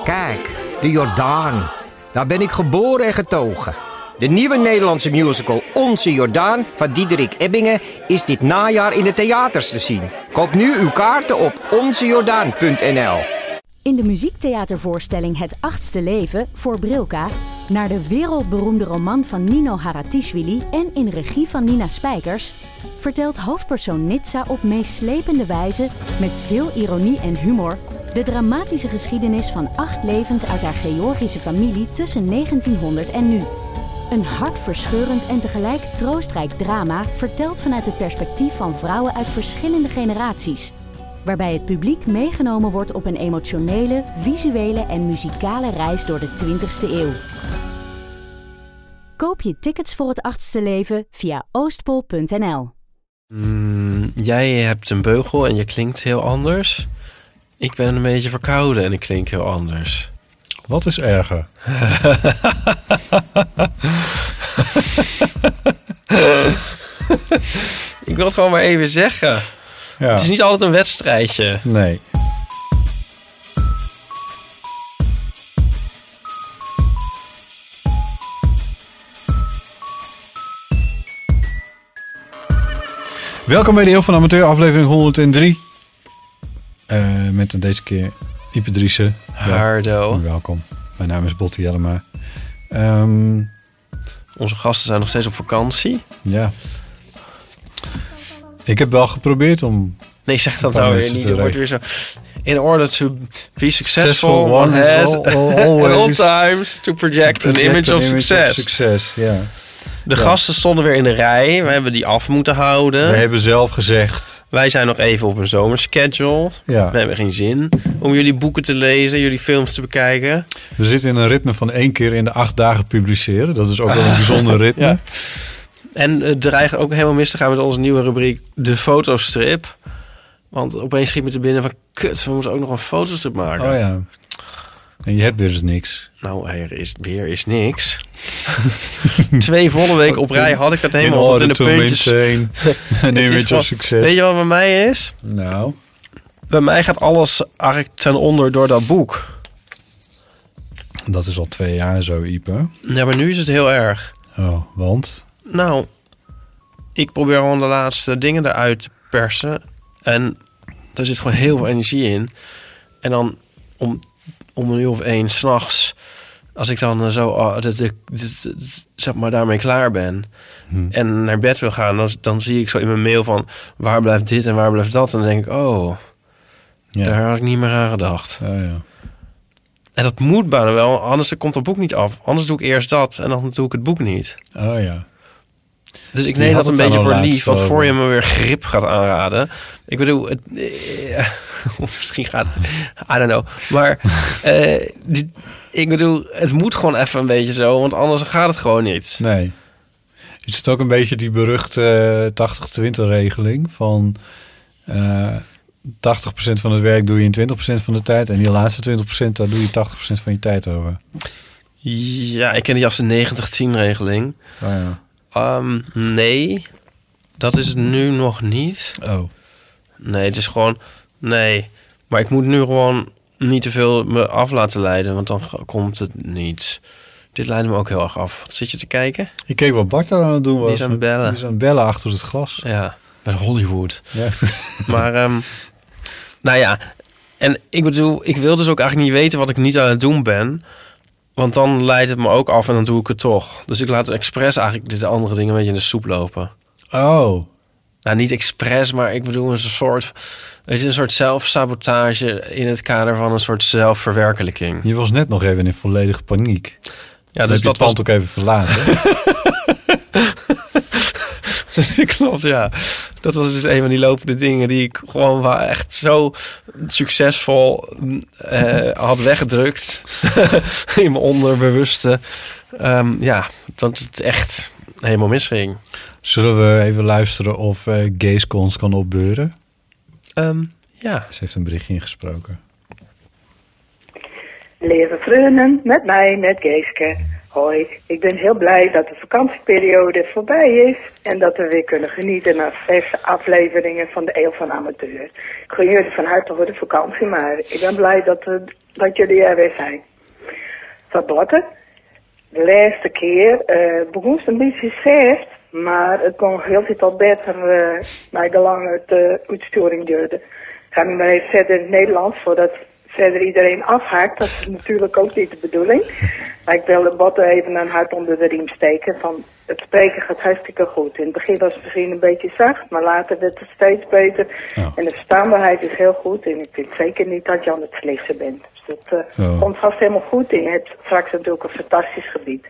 Kijk, de Jordaan. Daar ben ik geboren en getogen. De nieuwe Nederlandse musical Onze Jordaan van Diederik Ebbingen is dit najaar in de theaters te zien. Koop nu uw kaarten op onzejordaan.nl. In de muziektheatervoorstelling Het Achtste Leven voor Brilka, naar de wereldberoemde roman van Nino Haratischvili en in regie van Nina Spijkers, vertelt hoofdpersoon Nitsa op meeslepende wijze, met veel ironie en humor, de dramatische geschiedenis van 8 levens uit haar Georgische familie tussen 1900 en nu. Een hartverscheurend en tegelijk troostrijk drama verteld vanuit het perspectief van vrouwen uit verschillende generaties, waarbij het publiek meegenomen wordt op een emotionele, visuele en muzikale reis door de 20e eeuw. Koop je tickets voor Het Achtste Leven via oostpol.nl. Jij hebt een beugel en je klinkt heel anders. Ik ben een beetje verkouden en ik klink heel anders. Wat is erger? Ik wil het gewoon maar even zeggen. Ja. Het is niet altijd een wedstrijdje. Nee. Welkom bij de Eeuw van Amateur, aflevering 103. Met deze keer Ipe Driessen. Hardo. Welkom. Mijn naam is Botte Jellema. Onze gasten zijn nog steeds op vakantie. Ja. Ik heb wel geprobeerd om... Nee, zeg dat paar nou weer mensen niet. te Het wordt weer zo... In order to be successful, one has at all times to project an image of success. Ja. De gasten stonden weer in de rij. We hebben die af moeten houden. We hebben zelf gezegd... Wij zijn nog even op een zomerschedule. Ja. We hebben geen zin om jullie boeken te lezen, jullie films te bekijken. We zitten in een ritme van 1 keer in de 8 dagen publiceren. Dat is ook wel een bijzonder ritme. Ja. En het dreigt ook helemaal mis te gaan met onze nieuwe rubriek De Fotostrip. Want opeens schiet me te binnen van... Kut, we moeten ook nog een fotostrip maken. Oh ja. En je hebt weer eens niks. Nou, er is weer is niks. 2 volle weken op rij had ik dat helemaal tot in de puntjes. Een image of succes. Weet je wat bij mij is? Nou. Bij mij gaat alles eigenlijk ten onder door dat boek. Dat is al 2 jaar zo, Ipe. Ja, maar nu is het heel erg. Oh, want? Nou, ik probeer gewoon de laatste dingen eruit te persen. En daar zit gewoon heel veel energie in. En dan om 1:00 s'nachts, als ik dan zo zeg maar daarmee klaar ben en naar bed wil gaan, dan zie ik zo in mijn mail van waar blijft dit en waar blijft dat. En dan denk ik, daar had ik niet meer aan gedacht. Oh, ja. En dat moet bijna wel, anders komt het boek niet af. Anders doe ik eerst dat en dan doe ik het boek niet. Oh ja. Dus ik neem dat een beetje voor lief, want voor je me weer grip gaat aanraden. Ik bedoel, misschien gaat I don't know. Maar ik bedoel, het moet gewoon even een beetje zo, want anders gaat het gewoon niet. Nee. Is het ook een beetje die beruchte 80-20 regeling van 80% van het werk doe je in 20% van de tijd en die laatste 20% daar doe je 80% van je tijd over? Ja, ik ken die als de 90-10 regeling. Oh ja. Nee, dat is het nu nog niet. Oh. Nee, het is gewoon... Nee, maar ik moet nu gewoon niet te veel me af laten leiden, want dan komt het niet. Dit leidde me ook heel erg af. Wat zit je te kijken? Ik keek wat Bart daar aan het doen was. Die is aan het bellen. Die is aan het bellen achter het glas. Ja, bij Hollywood. Ja. Maar, nou ja. En ik bedoel, ik wil dus ook eigenlijk niet weten wat ik niet aan het doen ben. Want dan leidt het me ook af en dan doe ik het toch. Dus ik laat expres eigenlijk de andere dingen een beetje in de soep lopen. Oh. Nou, niet expres, maar ik bedoel een soort zelfsabotage in het kader van een soort zelfverwerkelijking. Je was net nog even in volledige paniek. Ja, dus dat pand ook even verlaten. Klopt, ja. Dat was dus een van die lopende dingen die ik gewoon echt zo succesvol had weggedrukt in mijn onderbewuste. Dat het echt helemaal misging. Zullen we even luisteren of Gayscons kan opbeuren? Ja. Ze heeft een berichtje ingesproken. Lieve vrienden, met mij, met Geeske. Hoi, ik ben heel blij dat de vakantieperiode voorbij is en dat we weer kunnen genieten naar verse afleveringen van de Eeuw van Amateur. Ik gun jullie van harte voor de vakantie, maar ik ben blij dat jullie er weer zijn. Van Botte, de laatste keer begon het een beetje slecht, maar het kon heel veel beter naar gelang het uitsturing duurde. Ik ga nu maar even verder in het Nederlands, voordat verder iedereen afhaakt. Dat is natuurlijk ook niet de bedoeling. Maar ik wil de Botten even een hart onder de riem steken. Van het spreken gaat hartstikke goed. In het begin was het misschien een beetje zacht, maar later werd het steeds beter. Oh. En de verstaanbaarheid is heel goed. En ik vind zeker niet dat je aan het slissen bent. Dus dat komt vast helemaal goed. En je hebt straks natuurlijk een fantastisch gebied.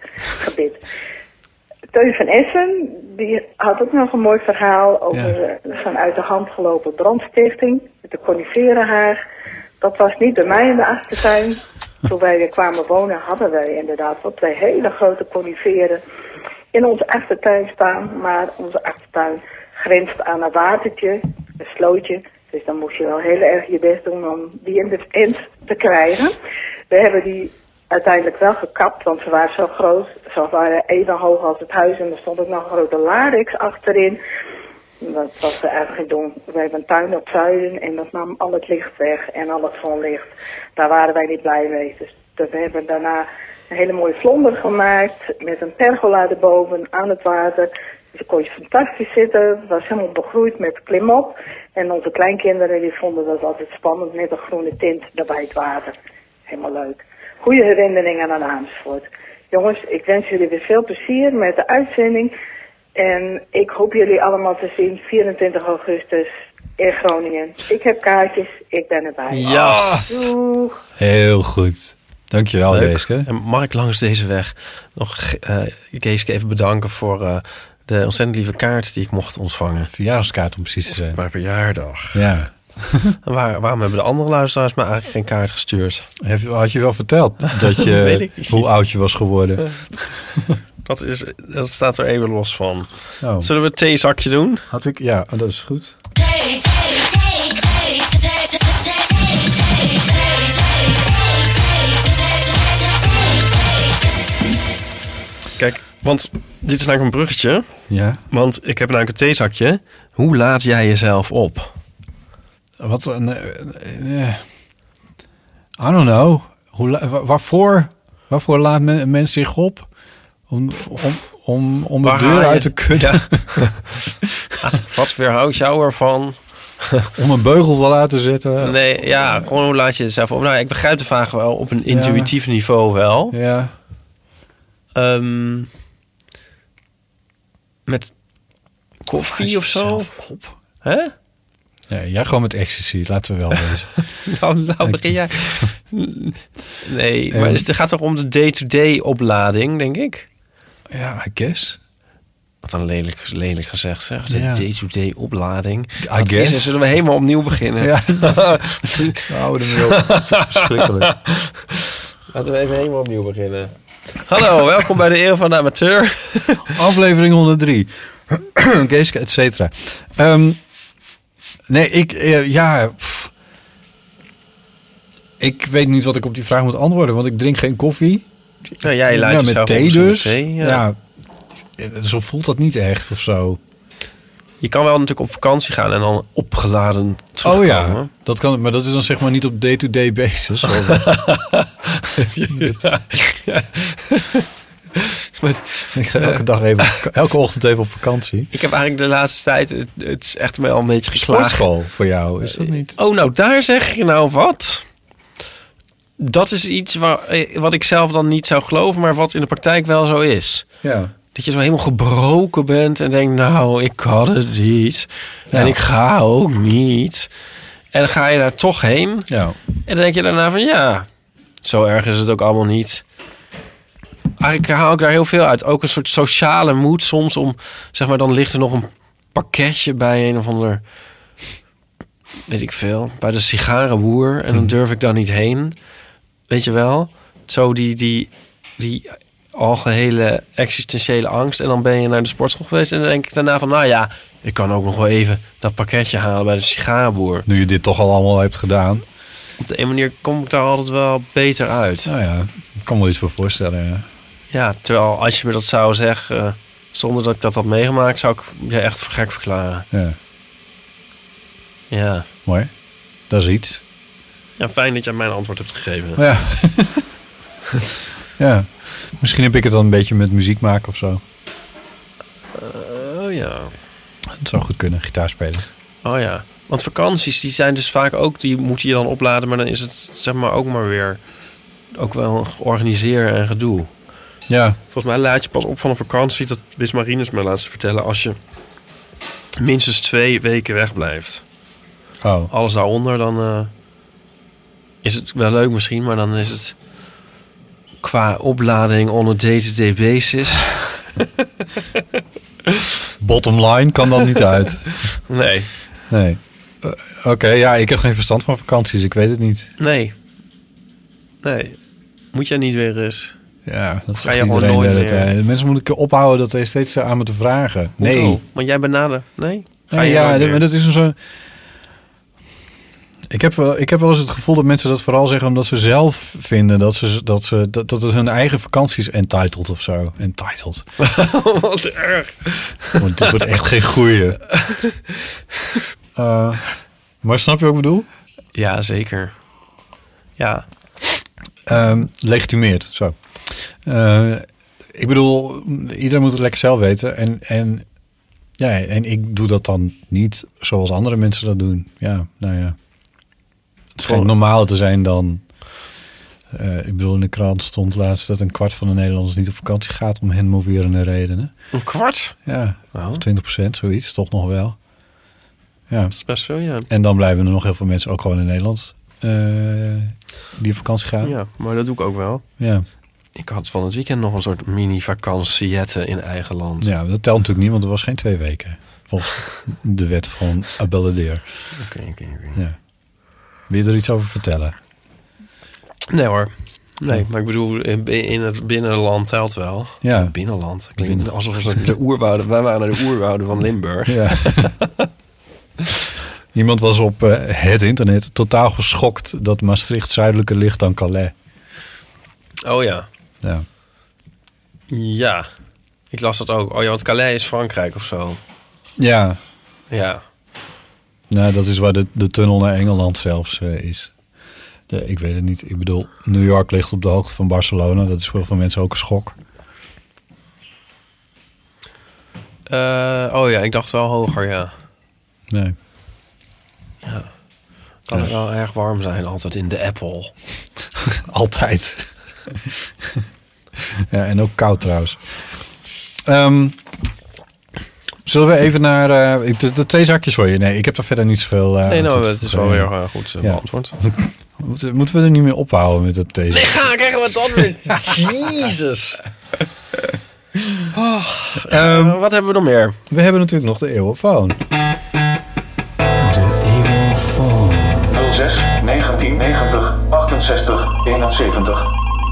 Teun van Essen, die had ook nog een mooi verhaal over zo'n uit de hand gelopen brandstichting met de coniferenhaag. Dat was niet bij mij in de achtertuin. Toen wij weer kwamen wonen hadden wij inderdaad wel 2 hele grote coniferen in onze achtertuin staan. Maar onze achtertuin grenst aan een watertje, een slootje. Dus dan moest je wel heel erg je best doen om die in de end te krijgen. We hebben die uiteindelijk wel gekapt, want ze waren zo groot. Ze waren even hoog als het huis en er stond ook nog een grote larix achterin. Dat was er eigenlijk geen doen. We hebben een tuin op zuiden en dat nam al het licht weg en al het zonlicht. Daar waren wij niet blij mee. Dus we hebben daarna een hele mooie vlonder gemaakt met een pergola erboven aan het water. Dus dan kon je fantastisch zitten. Het was helemaal begroeid met klimop. En onze kleinkinderen die vonden dat altijd spannend met een groene tint daarbij het water. Helemaal leuk. Goede herinneringen aan Amersfoort. Jongens, ik wens jullie weer veel plezier met de uitzending. En ik hoop jullie allemaal te zien 24 augustus in Groningen. Ik heb kaartjes, ik ben erbij. Ja. Doeg. Heel goed. Dankjewel, Geeske. En mag ik langs deze weg nog Geeske even bedanken voor de ontzettend lieve kaart die ik mocht ontvangen. Verjaardagskaart om precies te zijn. Maar verjaardag. Ja. En waarom hebben de andere luisteraars me eigenlijk geen kaart gestuurd? Had je wel verteld dat je hoe oud je was geworden? Dat staat er even los van. Oh. Zullen we het theezakje doen? Ja, dat is goed. Kijk, want dit is eigenlijk een bruggetje. Ja. Want ik heb namelijk een theezakje. Hoe laat jij jezelf op? Wat een... I don't know. Waarvoor laat een mens zich op? Om de deur uit te kunnen. Ja. Wat weerhoudt jou ervan? Om een beugel te laten zetten? Nee, ja, gewoon hoe laat je jezelf op? Nou, ik begrijp de vraag wel op een intuïtief niveau wel. Ja. Met koffie of zo? Op. Hè? Ja, jij gewoon met ecstasy, laten we wel wezen. nou begin jij. Nee, maar het gaat toch om de day-to-day oplading, denk ik? Ja, I guess. Wat een lelijk gezegd, zeg. De day-to-day oplading. I guess. Zullen we helemaal opnieuw beginnen? Ja. We houden hem op. Verschrikkelijk. Laten we even helemaal opnieuw beginnen. Hallo, welkom bij de Eeuw van de Amateur. Aflevering 103. Geeske, et cetera. Nee, ik weet niet wat ik op die vraag moet antwoorden, want ik drink geen koffie. Nou, jij laat jezelf met thee dus. Thee, ja, zo voelt dat niet echt of zo. Je kan wel natuurlijk op vakantie gaan en dan opgeladen terugkomen. Oh ja, dat kan, maar dat is dan zeg maar niet op day-to-day basis. ja. Ik ga elke ochtend even op vakantie. Ik heb eigenlijk de laatste tijd, het is echt wel een beetje geslagen. Sportschool voor jou, is dat niet? Oh, nou daar zeg je nou wat. Dat is iets wat ik zelf dan niet zou geloven, maar wat in de praktijk wel zo is. Ja. Dat je zo helemaal gebroken bent en denkt, nou, ik kan het niet. Ja. En ik ga ook niet. En dan ga je daar toch heen. Ja. En dan denk je daarna van, ja, zo erg is het ook allemaal niet. Eigenlijk haal ik daar heel veel uit. Ook een soort sociale moed soms om, zeg maar, dan ligt er nog een pakketje bij een of ander, weet ik veel, bij de sigarenboer. En dan durf ik daar niet heen. Weet je wel? Zo die algehele existentiële angst. En dan ben je naar de sportschool geweest en dan denk ik daarna van, nou ja, ik kan ook nog wel even dat pakketje halen bij de sigarenboer. Nu je dit toch al allemaal hebt gedaan. Op de een manier kom ik daar altijd wel beter uit. Nou ja, ik kan me wel iets voor voorstellen, ja. Ja, terwijl als je me dat zou zeggen... zonder dat ik dat had meegemaakt... zou ik je echt voor gek verklaren. Ja. Ja. Mooi. Dat is iets. Ja, fijn dat jij mijn antwoord hebt gegeven. Ja. Ja. Misschien heb ik het dan een beetje met muziek maken of zo. Oh ja. Dat zou goed kunnen, gitaar spelen. Oh ja. Want vakanties, die zijn dus vaak ook... die moet je dan opladen, maar dan is het zeg maar ook maar weer... ook wel een georganiseerd en gedoe. Ja. Volgens mij laat je pas op van een vakantie... dat wist Marinus me laten vertellen... als je minstens 2 weken wegblijft. Oh. Alles daaronder, dan is het wel leuk misschien... maar dan is het qua oplading on a day-to-day basis... Bottom line kan dan niet uit. Nee. Nee. Oké, ja, ik heb geen verstand van vakanties. Ik weet het niet. Nee. Moet jij niet weer eens... Ja, dat Ga je zegt gewoon iedereen nooit de hele meer? tijd. Mensen moeten een keer ophouden dat hij steeds aan me te vragen. Nee. Hoezo? Want jij bent Nee? Ga Nee, je ja, nooit meer? maar dat is een zo... Ik heb wel eens het gevoel dat mensen dat vooral zeggen omdat ze zelf vinden dat het hun eigen vakantie is entitled of zo. Entitled. Wat erg. Want dit wordt echt geen goeie. Maar snap je wat ik bedoel? Ja, zeker. Ja. Legitimeerd, zo. Ik bedoel, iedereen moet het lekker zelf weten. En ik doe dat dan niet zoals andere mensen dat doen. Ja, nou ja. Het schijnt normaler te zijn dan... ik bedoel, in de krant stond laatst dat 1/4 van de Nederlanders niet op vakantie gaat om hen moverende redenen. 1/4? Ja, Oh. of 20%, zoiets, toch nog wel. Ja. Dat is best veel, ja. En dan blijven er nog heel veel mensen ook gewoon in Nederland die op vakantie gaan. Ja, maar dat doe ik ook wel. Ja. Ik had van het weekend nog een soort mini-vakantiette in eigen land. Ja, dat telt natuurlijk niet, want er was geen 2 weken. Volgens de wet van Abeladeer. Oké. Ja. Wil je er iets over vertellen? Nee hoor. Nee, maar ik bedoel, in het binnenland telt wel. Ja. Binnenland. Klinkt alsof we de oerwouden... Wij waren naar de oerwouden van Limburg. Ja. Iemand was op het internet totaal geschokt dat Maastricht zuidelijker ligt dan Calais. Oh ja. Ja. Ja. Ik las dat ook. Oh ja, want Calais is Frankrijk of zo. Ja. Ja. Nou, dat is waar de tunnel naar Engeland zelfs is. Ik weet het niet. Ik bedoel, New York ligt op de hoogte van Barcelona. Dat is voor veel mensen ook een schok. Oh ja, ik dacht wel hoger, ja. Nee. Ja. Kan het wel erg warm zijn, altijd in de Apple. Altijd. Ja, en ook koud trouwens. Zullen we even naar... de 2 zakjes voor je? Nee, ik heb er verder niet zoveel... Nee, nou, het is wel weer goed beantwoord. Moeten we er niet meer ophouden met dat thee? Nee, krijgen we dat weer? Jezus. Wat hebben we nog meer? We hebben natuurlijk nog de Eeuwenfoon. De Eeuwenfoon. 06 1990 68 71.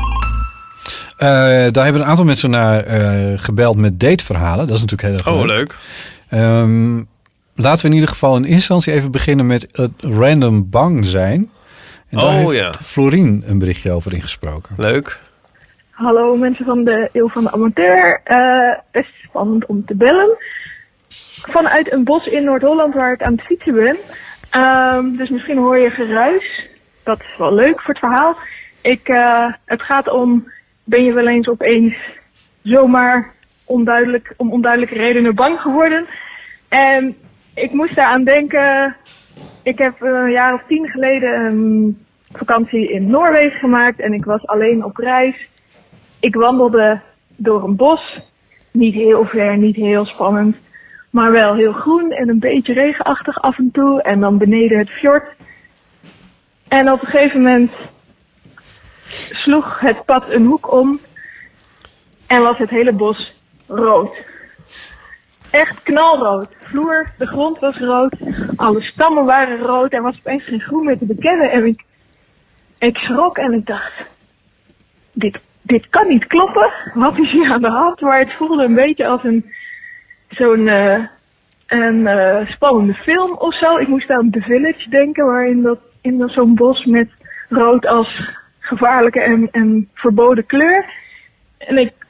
Daar hebben een aantal mensen naar gebeld met dateverhalen. Dat is natuurlijk heel erg leuk. Leuk. Laten we in ieder geval in eerste instantie even beginnen met het random bang zijn. En daar heeft Florien een berichtje over ingesproken. Leuk. Hallo mensen van de Eeuw van de Amateur. Best spannend om te bellen. Vanuit een bos in Noord-Holland waar ik aan het fietsen ben. Dus misschien hoor je geruis. Dat is wel leuk voor het verhaal. Het gaat om, ben je wel eens opeens zomaar om onduidelijke redenen bang geworden? En ik moest daaraan denken, ik heb een jaar of 10 geleden een vakantie in Noorwegen gemaakt en ik was alleen op reis. Ik wandelde door een bos, niet heel ver, niet heel spannend, maar wel heel groen en een beetje regenachtig af en toe en dan beneden het fjord. En op een gegeven moment sloeg het pad een hoek om en was het hele bos rood. Echt knalrood. De grond was rood, alle stammen waren rood, er was opeens geen groen meer te bekennen en ik schrok en ik dacht, dit kan niet kloppen, wat is hier aan de hand? Maar het voelde een beetje als zo'n spannende film of zo. Ik moest aan The Village denken, waarin in zo'n bos met rood als gevaarlijke en verboden kleur. En ik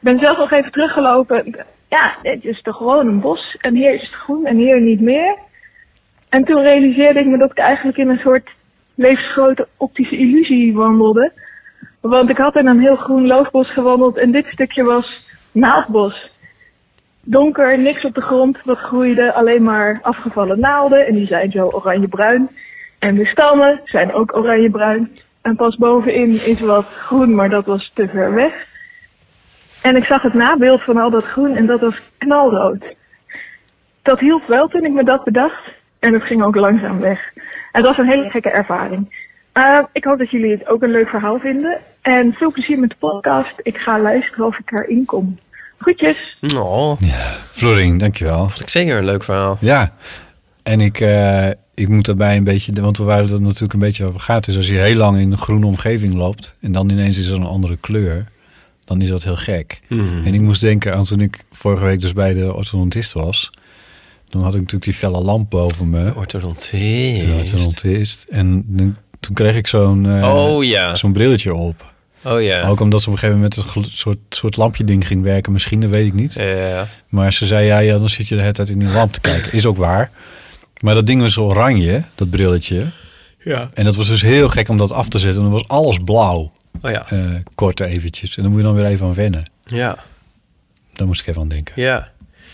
ben zelf nog even teruggelopen. Ja, het is toch gewoon een bos. En hier is het groen en hier niet meer. En toen realiseerde ik me dat ik eigenlijk in een soort levensgrote optische illusie wandelde. Want ik had in een heel groen loofbos gewandeld en dit stukje was naaldbos. Donker, niks op de grond, wat groeide, alleen maar afgevallen naalden en die zijn zo oranje-bruin. En de stammen zijn ook oranje-bruin. En pas bovenin is wat groen, maar dat was te ver weg. En ik zag het nabeeld van al dat groen en dat was knalrood. Dat hielp wel toen ik me dat bedacht en het ging ook langzaam weg. Het was een hele gekke ervaring. Ik hoop dat jullie het ook een leuk verhaal vinden. En veel plezier met de podcast. Ik ga luisteren of ik erin kom. Groetjes. Oh, Florien, dankjewel. vond ik zeker een leuk verhaal. Ja, en ik moet daarbij een beetje... Want waar het natuurlijk een beetje over gaat... is als je heel lang in een groene omgeving loopt... en dan ineens is er een andere kleur... dan is dat heel gek. En ik moest denken aan toen ik vorige week dus bij de orthodontist was... dan had ik natuurlijk die felle lamp boven me. Orthodontist. En toen kreeg ik zo'n brilletje op. Oh ja. Ook omdat ze op een gegeven moment een soort lampje ding ging werken. Misschien, dat weet ik niet. Ja. Maar ze zei, ja, dan zit je de hele tijd in die lamp te kijken. Is ook waar. Maar dat ding was oranje, dat brilletje. Ja. En dat was dus heel gek om dat af te zetten. En dan was alles blauw. Oh ja. Kort eventjes. En dan moet je dan weer even aan wennen. Ja. Daar moest ik even aan denken. Ja.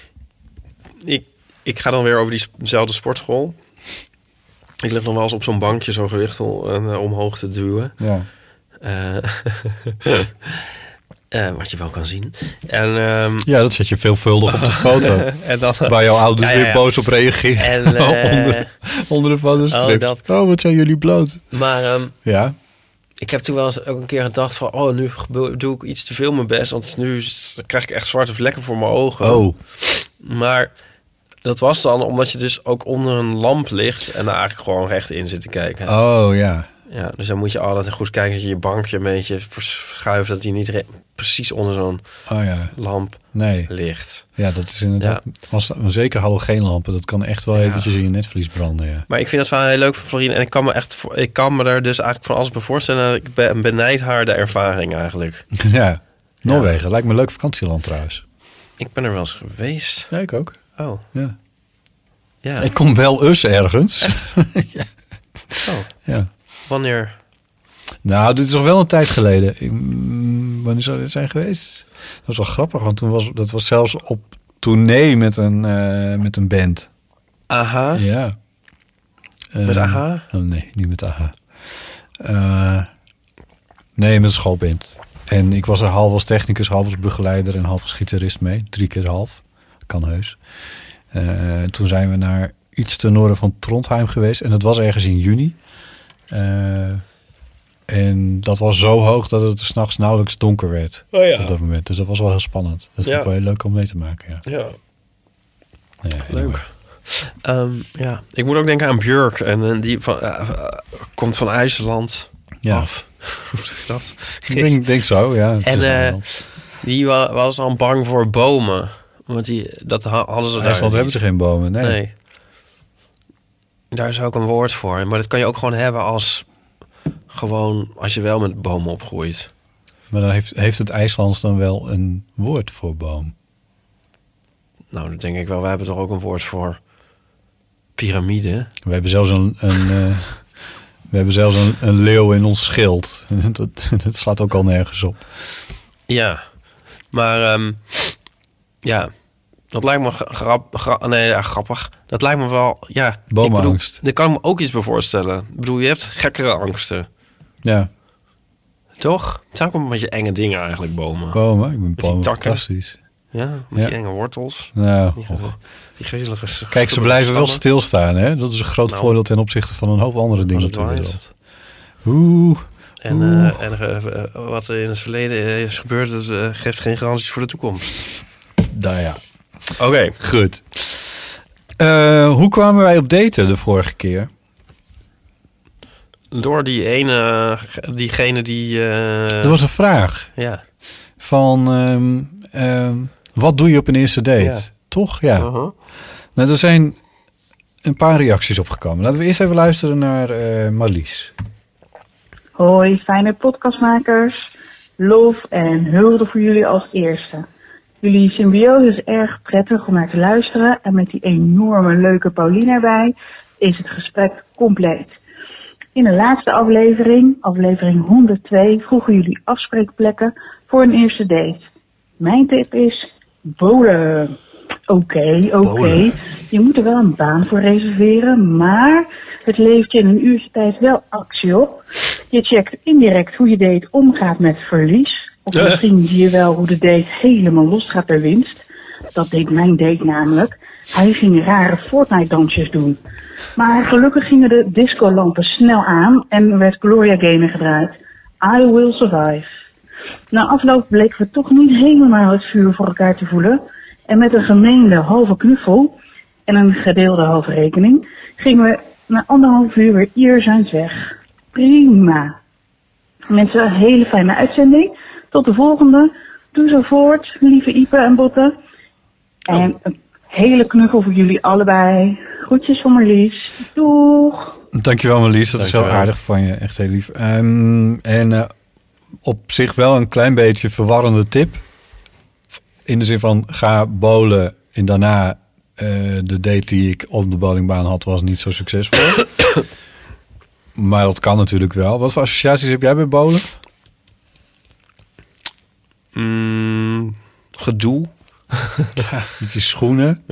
Ik ga dan weer over diezelfde sportschool. Ik lig nog wel eens op zo'n bankje zo gewicht omhoog te duwen. Ja. Wat je wel kan zien. En, ja, dat zet je veelvuldig op de foto. En dan, waar jouw ouders weer boos op reageren. En, onder de fotostrip. Wat zijn jullie bloot. Maar ja. Ik heb toen wel eens ook een keer gedacht van... nu doe ik iets te veel mijn best. Want nu krijg ik echt zwarte vlekken voor mijn ogen. Oh. Maar dat was dan omdat je dus ook onder een lamp ligt... en daar eigenlijk gewoon recht in zit te kijken. Oh, ja. Ja, dus dan moet je altijd goed kijken dat je bankje een beetje verschuift... dat die niet precies onder zo'n lamp ligt. Ja, dat is inderdaad... Als zeker halogeenlampen, dat kan echt wel eventjes in je netvlies branden, ja. Maar ik vind dat wel heel leuk voor Florien. En ik kan me er dus eigenlijk van alles bij voorstellen... ik benijd haar de ervaring eigenlijk. Ja, Noorwegen. Lijkt me een leuk vakantieland trouwens. Ik ben er wel eens geweest. Ja, ik ook. Oh. Ja. Ik kom wel eens ergens. Ja. Oh. Ja. Wanneer? Nou, dit is al wel een tijd geleden. Wanneer zou dit zijn geweest? Dat was wel grappig, want dat was zelfs op tournee met een band. Aha? Ja. Met Aha? Nee, niet met Aha. Nee, met een schoolband. En ik was er half als technicus, half als begeleider en half als gitarist mee. 3 keer half. Kan heus. Toen zijn we naar iets ten noorden van Trondheim geweest. En dat was ergens in juni. En dat was zo hoog dat het 's nachts nauwelijks donker werd. Oh ja. Op dat moment. Dus dat was wel heel spannend. Dat vond ik wel heel leuk om mee te maken. Ja. Leuk. Ik moet ook denken aan Björk. En die komt van IJsland af. Hoe zeg je dat? Ik denk zo, ja. En die was dan bang voor bomen. Want dat hadden ze daar. IJsland hebben ze geen bomen, nee. Daar is ook een woord voor. Maar dat kan je ook gewoon hebben als je wel met bomen opgroeit. Maar dan heeft het IJslands dan wel een woord voor boom? Nou, dat denk ik wel. We hebben toch ook een woord voor piramide. We hebben zelfs een leeuw in ons schild. Dat slaat ook al nergens op. Ja, maar dat lijkt me grappig. Dat lijkt me wel, bomenangst. Daar kan ik me ook iets bij voorstellen. Ik bedoel, je hebt gekkere angsten. Ja. Toch? Het zijn ook een beetje enge dingen eigenlijk, bomen. Bomen? Ik ben bomen fantastisch. Ja, met die enge wortels. Nou, die griezelige... Kijk, ze blijven wel stilstaan, hè? Dat is een groot voordeel ten opzichte van een hoop andere dingen op de wereld. En wat er in het verleden is gebeurd, dat geeft geen garanties voor de toekomst. Nou ja. Oké. Goed. Hoe kwamen wij op daten de vorige keer? Door diegene die... Er was een vraag. Ja. Van, wat doe je op een eerste date? Ja. Toch? Ja. Nou, er zijn een paar reacties opgekomen. Laten we eerst even luisteren naar Marlies. Hoi, fijne podcastmakers. lof en hulde voor jullie als eerste. Jullie symbiose is erg prettig om naar te luisteren en met die enorme leuke Pauline erbij is het gesprek compleet. In de laatste aflevering, aflevering 102, vroegen jullie afspreekplekken voor een eerste date. Mijn tip is bowlen. Oké. Je moet er wel een baan voor reserveren, maar het levert je in een uurtje tijd wel actie op. Je checkt indirect hoe je date omgaat met verlies. Of misschien zie je wel hoe de date helemaal los gaat bij winst. Dat deed mijn date namelijk. Hij ging rare Fortnite-dansjes doen. Maar gelukkig gingen de discolampen snel aan en werd Gloria Gaynor gedraaid. I will survive. Na afloop bleken we toch niet helemaal het vuur voor elkaar te voelen. En met een gemeende halve knuffel en een gedeelde halve rekening gingen we na 1,5 uur weer ierzijds weg. Prima. Mensen, een hele fijne uitzending. Tot de volgende. Doe zo voort, lieve Ipe en Botte. En een hele knuffel voor jullie allebei. Groetjes van Marlies. Doeg. Dankjewel Marlies, dat is heel aardig van je. Echt heel lief. Op zich wel een klein beetje verwarrende tip. In de zin van ga bowlen en daarna de date die ik op de bowlingbaan had was niet zo succesvol. Maar dat kan natuurlijk wel. Wat voor associaties heb jij bij bowlen? Gedoe. Ja, met je schoenen.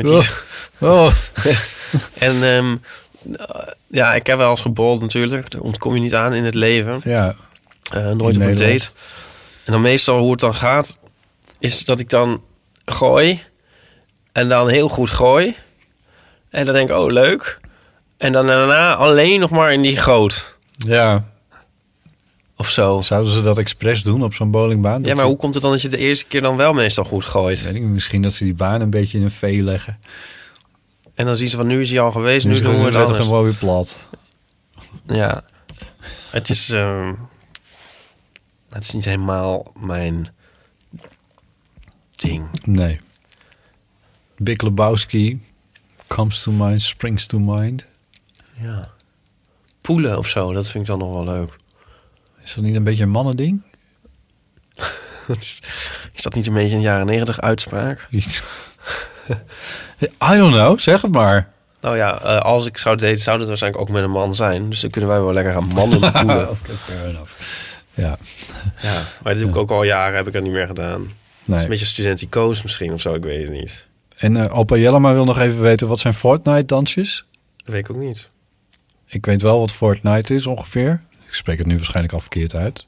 En ja, ik heb wel eens gebowld natuurlijk. Daar ontkom je niet aan in het leven. Ja. Nooit op een date. En dan meestal hoe het dan gaat, is dat ik dan gooi. En dan heel goed gooi. En dan denk ik, oh leuk. En dan daarna alleen nog maar in die goot. Ja. Of zo. Zouden ze dat expres doen op zo'n bowlingbaan? Ja, maar hoe komt het dan dat je de eerste keer dan wel meestal goed gooit? Weet ik, misschien dat ze die baan een beetje in een vee leggen. En dan zien ze van, nu is hij al geweest, nu doen we het anders. anders. Gewoon weer plat. Ja. Het is niet helemaal mijn ding. Nee. Big Lebowski comes to mind, springs to mind. Ja. Poelen of zo, dat vind ik dan nog wel leuk. Is dat niet een beetje een mannending? Is dat niet een beetje een jaren 90 uitspraak? I don't know, zeg het maar. Nou ja, als ik zou daten, zou het waarschijnlijk ook met een man zijn. Dus dan kunnen wij wel lekker gaan mannen poelen. Okay, fair enough. Ja. Ja, maar dat doe ik ook al jaren, heb ik dat niet meer gedaan. Nee. Dat is een beetje studenticoos misschien of zo, ik weet het niet. En opa Jellema wil nog even weten, wat zijn Fortnite-dansjes? Dat weet ik ook niet. Ik weet wel wat Fortnite is ongeveer. Ik spreek het nu waarschijnlijk al verkeerd uit.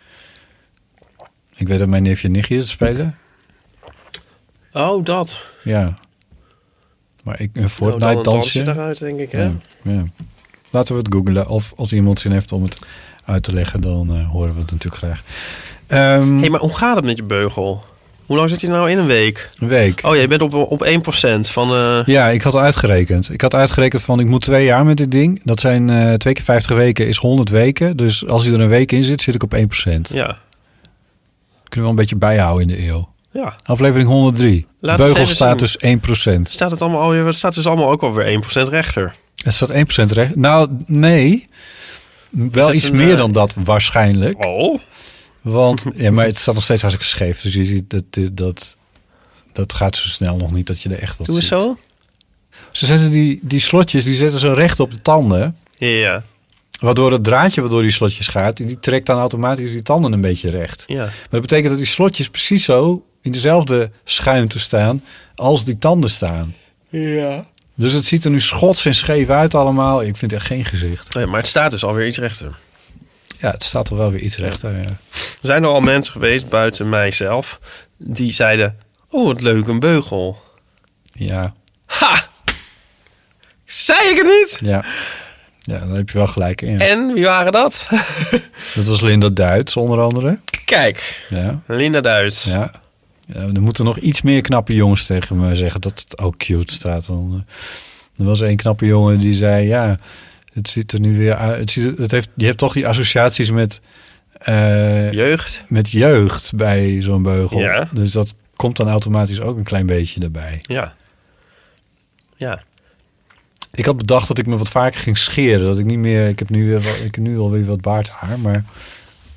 Ik weet dat mijn neefje en nichtje het spelen. Oh, dat. Ja. Maar een Fortnite-dansje... daaruit, denk ik, hè? Ja. Laten we het googlen. Of als iemand zin heeft om het uit te leggen, dan horen we het natuurlijk graag. Hey, maar hoe gaat het met je beugel? Hoe lang zit je nou in een week? Een week. Oh, je bent op 1% van... Ja, ik had uitgerekend. Ik moet 2 jaar met dit ding. Dat zijn 2 keer 50 weken is 100 weken. Dus als hij er een week in zit, zit ik op 1%. Ja. Kunnen we wel een beetje bijhouden in de eeuw. Ja. Aflevering 103. Beugel staat dus 1%. Staat het allemaal, het staat dus allemaal ook alweer 1% rechter. Het staat 1% recht. Nou, nee. Wel iets meer dan dat waarschijnlijk. Oh. Want, ja, maar het staat nog steeds hartstikke scheef. Dus je ziet dat gaat zo snel nog niet dat je er echt wat ziet. Doe eens zo. Ze zetten die slotjes, die zetten zo recht op de tanden. Ja. Waardoor het draadje waardoor die slotjes gaat, die trekt dan automatisch die tanden een beetje recht. Ja. Maar dat betekent dat die slotjes precies zo in dezelfde schuimte staan als die tanden staan. Ja. Dus het ziet er nu schots en scheef uit allemaal. Ik vind echt geen gezicht. Nee, maar het staat dus alweer iets rechter. Ja, het staat er wel weer iets rechter, ja. Er zijn er al mensen geweest, buiten mijzelf, die zeiden... Oh, wat leuk, een beugel. Ja. Ha! Zei ik het niet? Ja. Ja, daar heb je wel gelijk in. Ja. En wie waren dat? Dat was Linda Duits, onder andere. Kijk, ja. Linda Duits. Ja. Ja, er moeten nog iets meer knappe jongens tegen me zeggen dat het ook cute staat. Er was een knappe jongen die zei... Ja, het ziet er nu weer uit. Je hebt toch die associaties met... jeugd? Met jeugd bij zo'n beugel. Ja. Dus dat komt dan automatisch ook een klein beetje erbij. Ja. Ja. Ik had bedacht dat ik me wat vaker ging scheren. Dat ik niet meer... Ik heb nu alweer wat baardhaar, maar...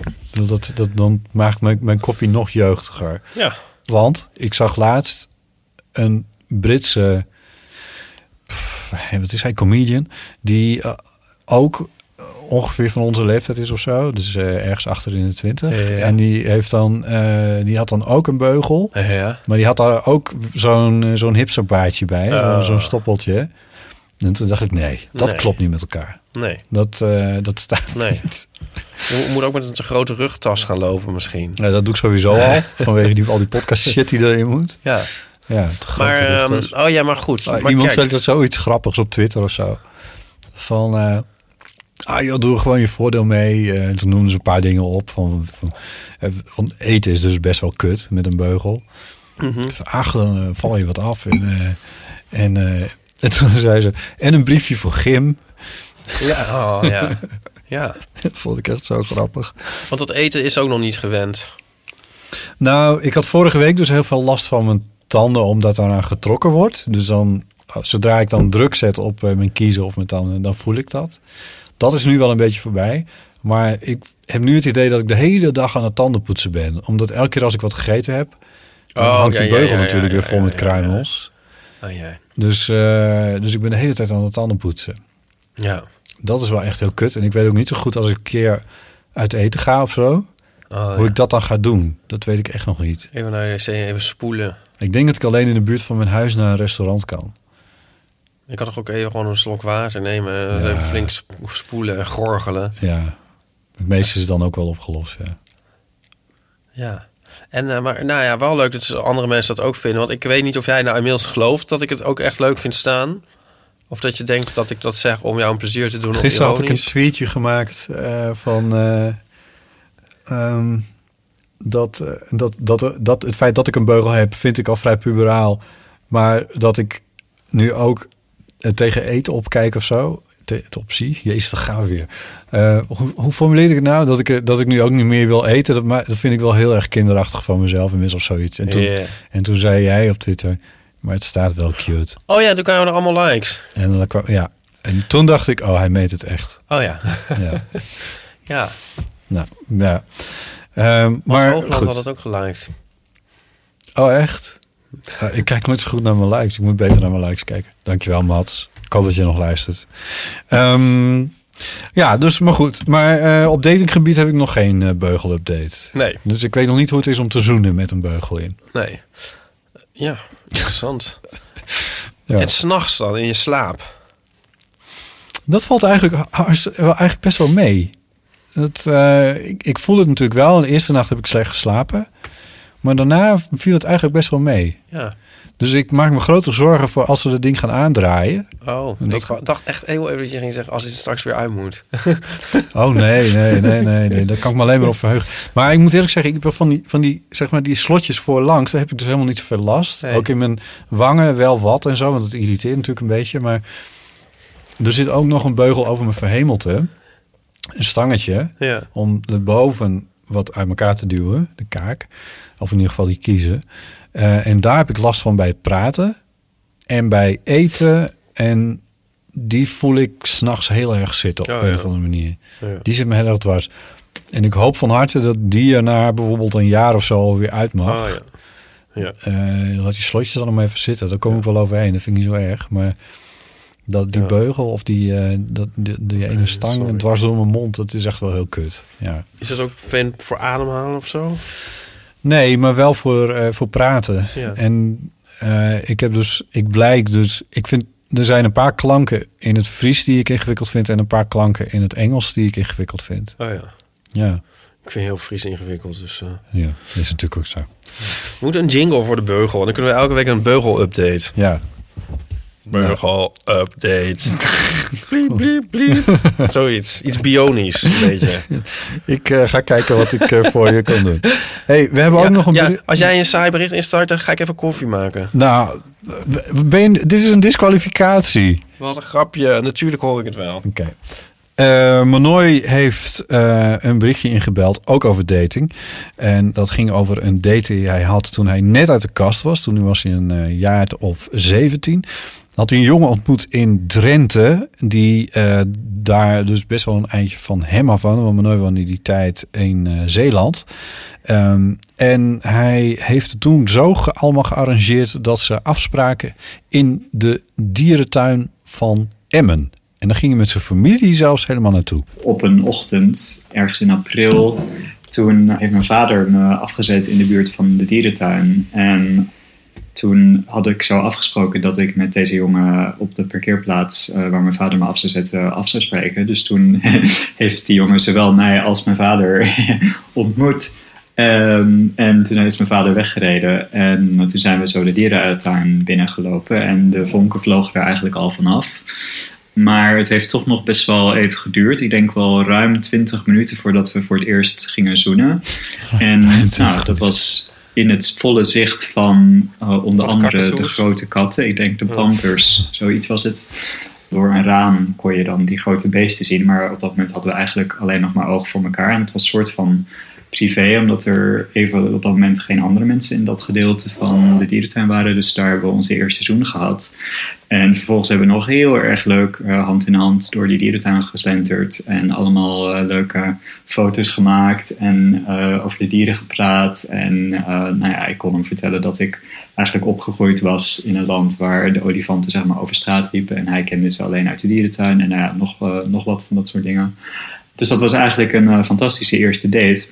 Dan maakt mijn kopje nog jeugdiger. Ja. Want ik zag laatst een Britse... wat is hij? Comedian. Die ook ongeveer van onze leeftijd is of zo. Dus ergens achter in de 20. Ja. En die had dan ook een beugel. Ja. Maar die had daar ook zo'n hipsterbaardje bij. Zo'n stoppeltje. En toen dacht ik, nee, dat klopt niet met elkaar. Nee. Dat staat niet. Je moet ook met een grote rugtas gaan lopen misschien. Ja, dat doe ik sowieso al. Vanwege al die podcast shit die erin moet. Ja. Ja, maar goed. Maar iemand zei dat zoiets grappigs op Twitter of zo. Van, joh, doe er gewoon je voordeel mee. En toen noemden ze een paar dingen op. Van eten is dus best wel kut met een beugel. Mm-hmm. Dan val je wat af. En toen zei ze, en een briefje voor Gym. Ja, ja. Dat vond ik echt zo grappig. Want dat eten is ook nog niet gewend. Nou, ik had vorige week dus heel veel last van mijn tanden, omdat daaraan getrokken wordt. Dus dan, zodra ik dan druk zet op mijn kiezen of mijn tanden, dan voel ik dat. Dat is nu wel een beetje voorbij. Maar ik heb nu het idee dat ik de hele dag aan het tandenpoetsen ben. Omdat elke keer als ik wat gegeten heb, dan hangt die beugel natuurlijk weer vol met kruimels. Ja. Dus ik ben de hele tijd aan het tandenpoetsen. Ja. Dat is wel echt heel kut. En ik weet ook niet zo goed als ik een keer uit eten ga of zo. Hoe ik dat dan ga doen, dat weet ik echt nog niet. Even naar de wc, even spoelen. Ik denk dat ik alleen in de buurt van mijn huis naar een restaurant kan. Ik had toch ook even gewoon een slok water nemen. Even flink spoelen en gorgelen. Ja, het meeste is dan ook wel opgelost, ja. Ja. En, maar nou ja, wel leuk dat andere mensen dat ook vinden. Want ik weet niet of jij nou inmiddels gelooft dat ik het ook echt leuk vind staan. Of dat je denkt dat ik dat zeg om jou een plezier te doen. Gisteren had ik een tweetje gemaakt van... Dat het feit dat ik een beugel heb, vind ik al vrij puberaal. Maar dat ik nu ook tegen eten opkijk of zo. De optie? Jezus, dat gaan we weer. Hoe formuleer ik het nou? Dat ik nu ook niet meer wil eten. Dat vind ik wel heel erg kinderachtig van mezelf inmiddels of zoiets. En toen zei jij op Twitter, maar het staat wel cute. Oh ja, toen kwamen er allemaal likes. En dan kwam, en toen dacht ik, hij meent het echt. Oh ja. Ja. Ja. Nou, ja. Maar Hoogland had het ook geliked. Oh, echt? Ik kijk nooit zo goed naar mijn likes. Ik moet beter naar mijn likes kijken. Dankjewel, Mats. Ik hoop dat je nog luistert. Ja, dus maar goed. Maar op datinggebied heb ik nog geen beugel-update. Nee. Dus ik weet nog niet hoe het is om te zoenen met een beugel in. Nee. Ja, interessant. Ja. En 's nachts dan in je slaap? Dat valt eigenlijk best wel mee. Ik voel het natuurlijk wel. De eerste nacht heb ik slecht geslapen. Maar daarna viel het eigenlijk best wel mee. Ja. Dus ik maak me grote zorgen voor als we dat ding gaan aandraaien. Oh, ik dacht echt heel even dat je ging zeggen als het straks weer uit moet. Oh nee. Daar kan ik me alleen maar op verheugen. Maar ik moet eerlijk zeggen, ik heb van die zeg maar die slotjes voorlangs, daar heb ik dus helemaal niet zoveel last. Nee. Ook in mijn wangen wel wat en zo, want het irriteert natuurlijk een beetje. Maar er zit ook nog een beugel over mijn verhemelte. Een stangetje. Ja. Om erboven wat uit elkaar te duwen, de kaak. Of in ieder geval die kiezen. En daar heb ik last van bij het praten. En bij eten. En die voel ik 's nachts heel erg zitten op een of andere manier. Ja. Die zit me heel erg dwars. En ik hoop van harte dat die er na bijvoorbeeld een jaar of zo weer uit mag. Oh, ja. Laat die slotjes dan nog even zitten. Daar kom ik wel overheen. Dat vind ik niet zo erg. Maar die beugel of die ene stang dwars door mijn mond, dat is echt wel heel kut. Ja. Is dat ook fijn voor ademhalen of zo? Nee, maar wel voor praten. Ja. En ik vind, er zijn een paar klanken in het Fries die ik ingewikkeld vind en een paar klanken in het Engels die ik ingewikkeld vind. Oh ja. Ja. Ik vind heel Fries ingewikkeld, dus... Ja, dat is natuurlijk ook zo. We moeten een jingle voor de beugel, en dan kunnen we elke week een beugel-update. Ja. Beugel-update. Bliep, bliep, bliep. Zoiets. Iets bionisch, een beetje. Ik ga kijken wat ik voor je kan doen. Hey, we hebben ook nog een... Ja, als jij een saai bericht instart, dan ga ik even koffie maken. Nou, dit is een disqualificatie. Wat een grapje. Natuurlijk hoor ik het wel. Oké. Manoy heeft een berichtje ingebeld, ook over dating. En dat ging over een date die hij had toen hij net uit de kast was. Toen was hij een jaar of 17. had hij een jongen ontmoet in Drenthe, die daar dus best wel een eindje van hem af woonde, want Manoy woonde in die tijd in Zeeland. En hij heeft het toen zo allemaal gearrangeerd dat ze afspraken in de dierentuin van Emmen. En dan ging hij met zijn familie zelfs helemaal naartoe. Op een ochtend, ergens in april, toen heeft mijn vader me afgezet in de buurt van de dierentuin. En toen had ik zo afgesproken dat ik met deze jongen op de parkeerplaats waar mijn vader me af zou zetten, af zou spreken. Dus toen heeft die jongen zowel mij als mijn vader ontmoet. En toen is mijn vader weggereden. En toen zijn we zo de dierentuin binnengelopen. En de vonken vlogen er eigenlijk al vanaf. Maar het heeft toch nog best wel even geduurd. Ik denk wel ruim 20 minuten voordat we voor het eerst gingen zoenen. En dat was in het volle zicht van onder andere de grote katten. Ik denk de Panthers, zoiets was het. Door een raam kon je dan die grote beesten zien. Maar op dat moment hadden we eigenlijk alleen nog maar oog voor elkaar. En het was een soort van privé, omdat er even op dat moment geen andere mensen in dat gedeelte van de dierentuin waren. Dus daar hebben we onze eerste zoen gehad. En vervolgens hebben we nog heel erg leuk hand in hand door die dierentuin geslenterd. En allemaal leuke foto's gemaakt en over de dieren gepraat. En ik kon hem vertellen dat ik eigenlijk opgegroeid was in een land waar de olifanten zeg maar over straat liepen. En hij kende ze alleen uit de dierentuin en nog wat van dat soort dingen. Dus dat was eigenlijk een fantastische eerste date.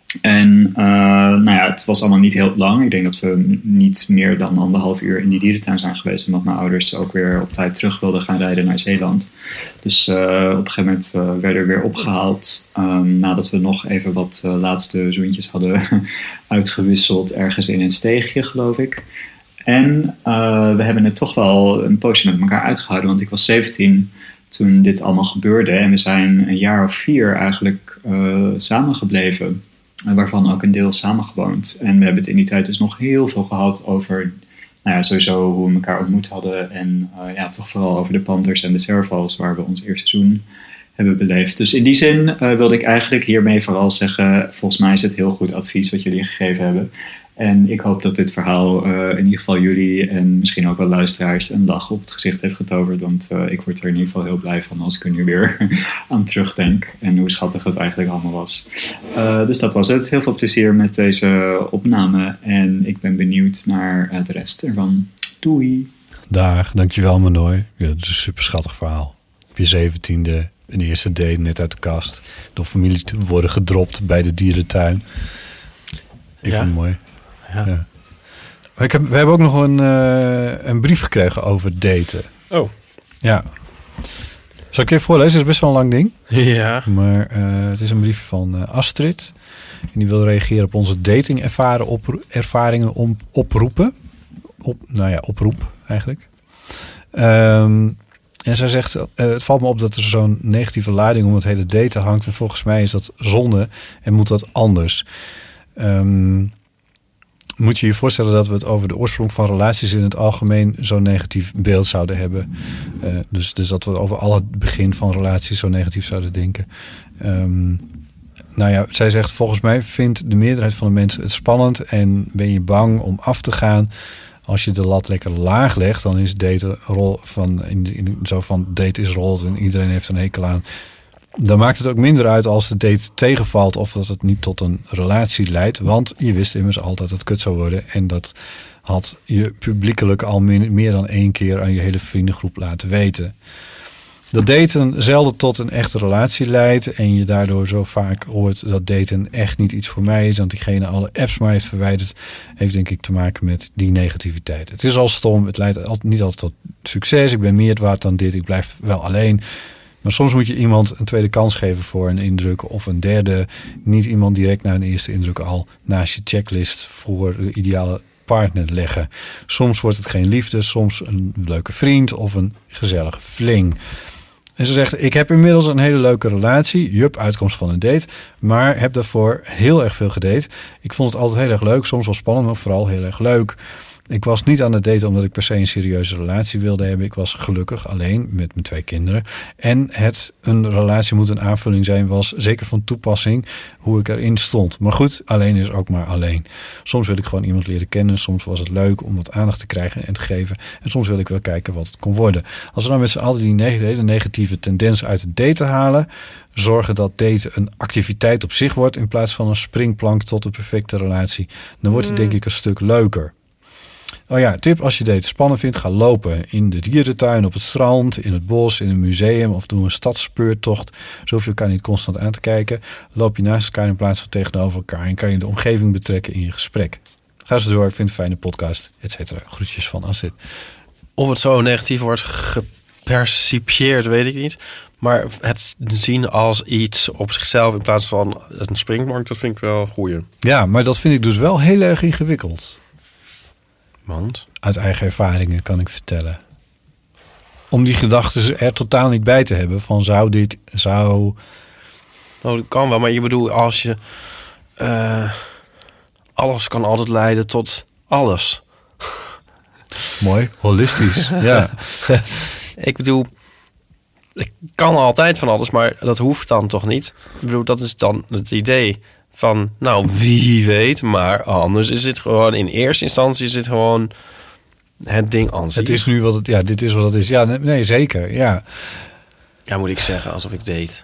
En het was allemaal niet heel lang. Ik denk dat we niet meer dan 1,5 uur in die dierentuin zijn geweest. Omdat mijn ouders ook weer op tijd terug wilden gaan rijden naar Zeeland. Dus op een gegeven moment werden we weer opgehaald. Nadat we nog even wat laatste zoentjes hadden uitgewisseld. Ergens in een steegje, geloof ik. En we hebben het toch wel een poosje met elkaar uitgehouden. Want ik was 17 toen dit allemaal gebeurde. En we zijn een jaar of 4 eigenlijk samengebleven. Waarvan ook een deel samengewoond. En we hebben het in die tijd dus nog heel veel gehad over sowieso hoe we elkaar ontmoet hadden. En toch vooral over de Panthers en de Servals, waar we ons eerste seizoen hebben beleefd. Dus in die zin wilde ik eigenlijk hiermee vooral zeggen, volgens mij is het heel goed advies wat jullie gegeven hebben. En ik hoop dat dit verhaal in ieder geval jullie en misschien ook wel luisteraars een lach op het gezicht heeft getoverd. Want ik word er in ieder geval heel blij van als ik er nu weer aan terugdenk. En hoe schattig het eigenlijk allemaal was. Dus dat was het. Heel veel plezier met deze opname. En ik ben benieuwd naar de rest ervan. Doei! Dag, dankjewel Manoy. Ja, dat is een super schattig verhaal. Op je 17e, een eerste date net uit de kast. Door familie te worden gedropt bij de dierentuin. Ik vind het mooi. Ja. We hebben ook nog een brief gekregen over daten. Oh. Ja. Zal ik even voorlezen? Het is best wel een lang ding. Ja. Maar het is een brief van Astrid. En die wil reageren op onze datingervaringen oproepen. Oproep eigenlijk. En zij zegt, het valt me op dat er zo'n negatieve lading om het hele daten hangt. En volgens mij is dat zonde en moet dat anders. Moet je je voorstellen dat we het over de oorsprong van relaties in het algemeen zo'n negatief beeld zouden hebben. Dus dat we over al het begin van relaties zo negatief zouden denken. Zij zegt, volgens mij vindt de meerderheid van de mensen het spannend en ben je bang om af te gaan. Als je de lat lekker laag legt, dan is daten zo van date is rolled en iedereen heeft een hekel aan. Dan maakt het ook minder uit als de date tegenvalt of dat het niet tot een relatie leidt. Want je wist immers altijd dat het kut zou worden. En dat had je publiekelijk al meer dan 1 keer aan je hele vriendengroep laten weten. Dat daten zelden tot een echte relatie leidt. En je daardoor zo vaak hoort dat daten echt niet iets voor mij is. Want diegene alle apps maar heeft verwijderd. Heeft denk ik te maken met die negativiteit. Het is al stom. Het leidt niet altijd tot succes. Ik ben meer waard dan dit. Ik blijf wel alleen. Maar soms moet je iemand een tweede kans geven voor een indruk of een derde. Niet iemand direct na een eerste indruk al naast je checklist voor de ideale partner leggen. Soms wordt het geen liefde, soms een leuke vriend of een gezellige fling. En ze zegt, ik heb inmiddels een hele leuke relatie. Uitkomst van een date. Maar heb daarvoor heel erg veel gedate. Ik vond het altijd heel erg leuk. Soms wel spannend, maar vooral heel erg leuk. Ik was niet aan het daten omdat ik per se een serieuze relatie wilde hebben. Ik was gelukkig alleen met mijn 2 kinderen. En een relatie moet een aanvulling zijn, was zeker van toepassing hoe ik erin stond. Maar goed, alleen is ook maar alleen. Soms wil ik gewoon iemand leren kennen. Soms was het leuk om wat aandacht te krijgen en te geven. En soms wil ik wel kijken wat het kon worden. Als we nou met z'n allen die hele negatieve tendens uit het daten halen, zorgen dat daten een activiteit op zich wordt in plaats van een springplank tot een perfecte relatie, dan wordt het denk ik een stuk leuker. Oh ja, tip als je daten spannend vindt, ga lopen in de dierentuin, op het strand, in het bos, in een museum of doe een stadsspeurtocht. Zo hoef je elkaar niet constant aan te kijken. Loop je naast elkaar in plaats van tegenover elkaar en kan je de omgeving betrekken in je gesprek. Ga zo door, vind een fijne podcast, et cetera. Groetjes van Astrid. Of het zo negatief wordt gepercipieerd, weet ik niet. Maar het zien als iets op zichzelf in plaats van een springplank, dat vind ik wel een goeie. Ja, maar dat vind ik dus wel heel erg ingewikkeld. Want? Uit eigen ervaringen kan ik vertellen. Om die gedachten er totaal niet bij te hebben van zou. Nou, dat kan wel, maar je bedoelt als je alles kan altijd leiden tot alles. Mooi, holistisch. Ja. Ik bedoel, ik kan altijd van alles, maar dat hoeft dan toch niet. Ik bedoel, dat is dan het idee van, nou, wie weet, maar anders is het gewoon, in eerste instantie is het gewoon het ding aan zich. Het is nu wat het, ja, dit is wat het is. Ja, nee, zeker, ja. Ja, moet ik zeggen, alsof ik deed.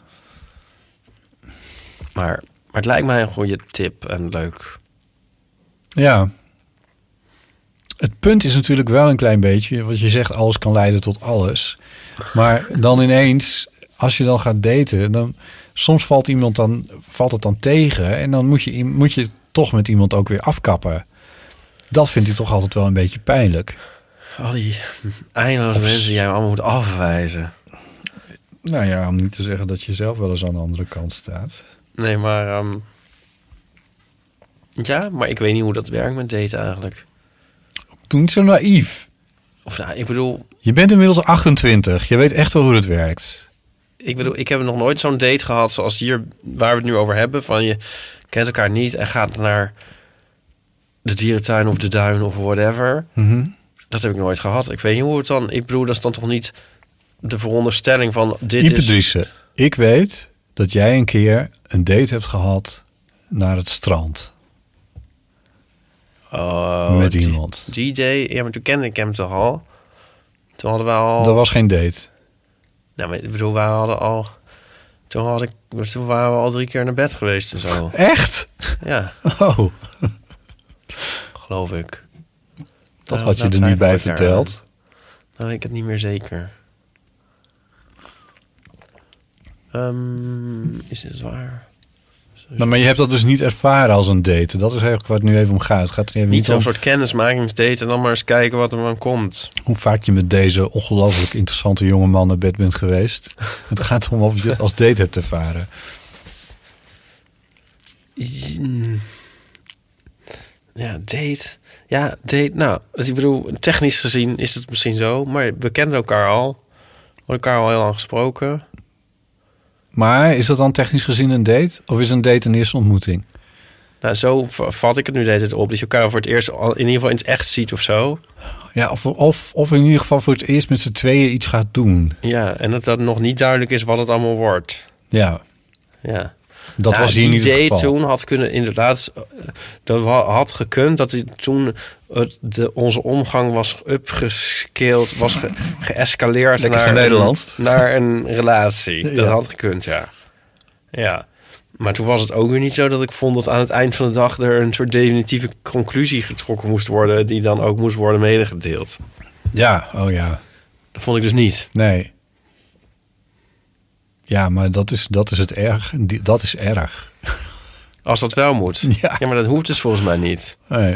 Maar het lijkt mij een goede tip en leuk. Ja. Het punt is natuurlijk wel een klein beetje, wat je zegt, alles kan leiden tot alles. Maar dan ineens, als je dan gaat daten, dan soms valt het dan tegen en dan moet je toch met iemand ook weer afkappen. Dat vind ik toch altijd wel een beetje pijnlijk. Al die eindeloze mensen die jij allemaal moet afwijzen. Nou ja, om niet te zeggen dat je zelf wel eens aan de andere kant staat. Nee, maar ja, maar ik weet niet hoe dat werkt met daten eigenlijk. Doe niet zo naïef. Of nou, ik bedoel, je bent inmiddels 28. Je weet echt wel hoe het werkt. Ik bedoel, ik heb nog nooit zo'n date gehad zoals hier, waar we het nu over hebben. Van je kent elkaar niet en gaat naar de dierentuin of de duin of whatever. Mm-hmm. Dat heb ik nooit gehad. Ik weet niet hoe het dan. Ik bedoel, dat is dan toch niet de veronderstelling van dit Ipe is. Driessen, ik weet dat jij een keer een date hebt gehad naar het strand. Met iemand. Die day, ja, maar toen kende ik hem toch al. Toen hadden we al. Dat was geen date. Nou, maar ik bedoel, wij hadden al. Toen waren we al 3 keer naar bed geweest en zo. Echt? Ja. Oh. Geloof ik. Dat had je er niet bij verteld. Nou, weet ik het niet meer zeker. Is het waar? Nou, maar je hebt dat dus niet ervaren als een date. Dat is eigenlijk waar het nu even om gaat. Het gaat er even niet zo'n om soort kennismakingsdate en dan maar eens kijken wat er aan komt. Hoe vaak je met deze ongelooflijk interessante jonge man naar bed bent geweest. Het gaat om of je het als date hebt ervaren. Ja, date. Ja, date. Nou, ik bedoel, technisch gezien is het misschien zo. Maar we kennen elkaar al. We hebben elkaar al heel lang gesproken. Maar is dat dan technisch gezien een date? Of is een date een eerste ontmoeting? Nou, zo vat ik het nu de hele tijd op. Dat je elkaar voor het eerst in ieder geval in het echt ziet of zo. Ja, of in ieder geval voor het eerst met z'n tweeën iets gaat doen. Ja, en dat nog niet duidelijk is wat het allemaal wordt. Ja. Ja. Dat was hier niet het geval. Die toen had kunnen inderdaad. Dat had gekund dat hij toen onze omgang was upgescaled, was geëscaleerd naar een relatie. Ja. Dat had gekund, ja. Ja. Maar toen was het ook weer niet zo dat ik vond dat aan het eind van de dag er een soort definitieve conclusie getrokken moest worden, die dan ook moest worden medegedeeld. Ja, oh ja. Dat vond ik dus niet. Nee. Ja, maar dat is het erg. Dat is erg. Als dat wel moet. Ja, maar dat hoeft dus volgens mij niet. Nee.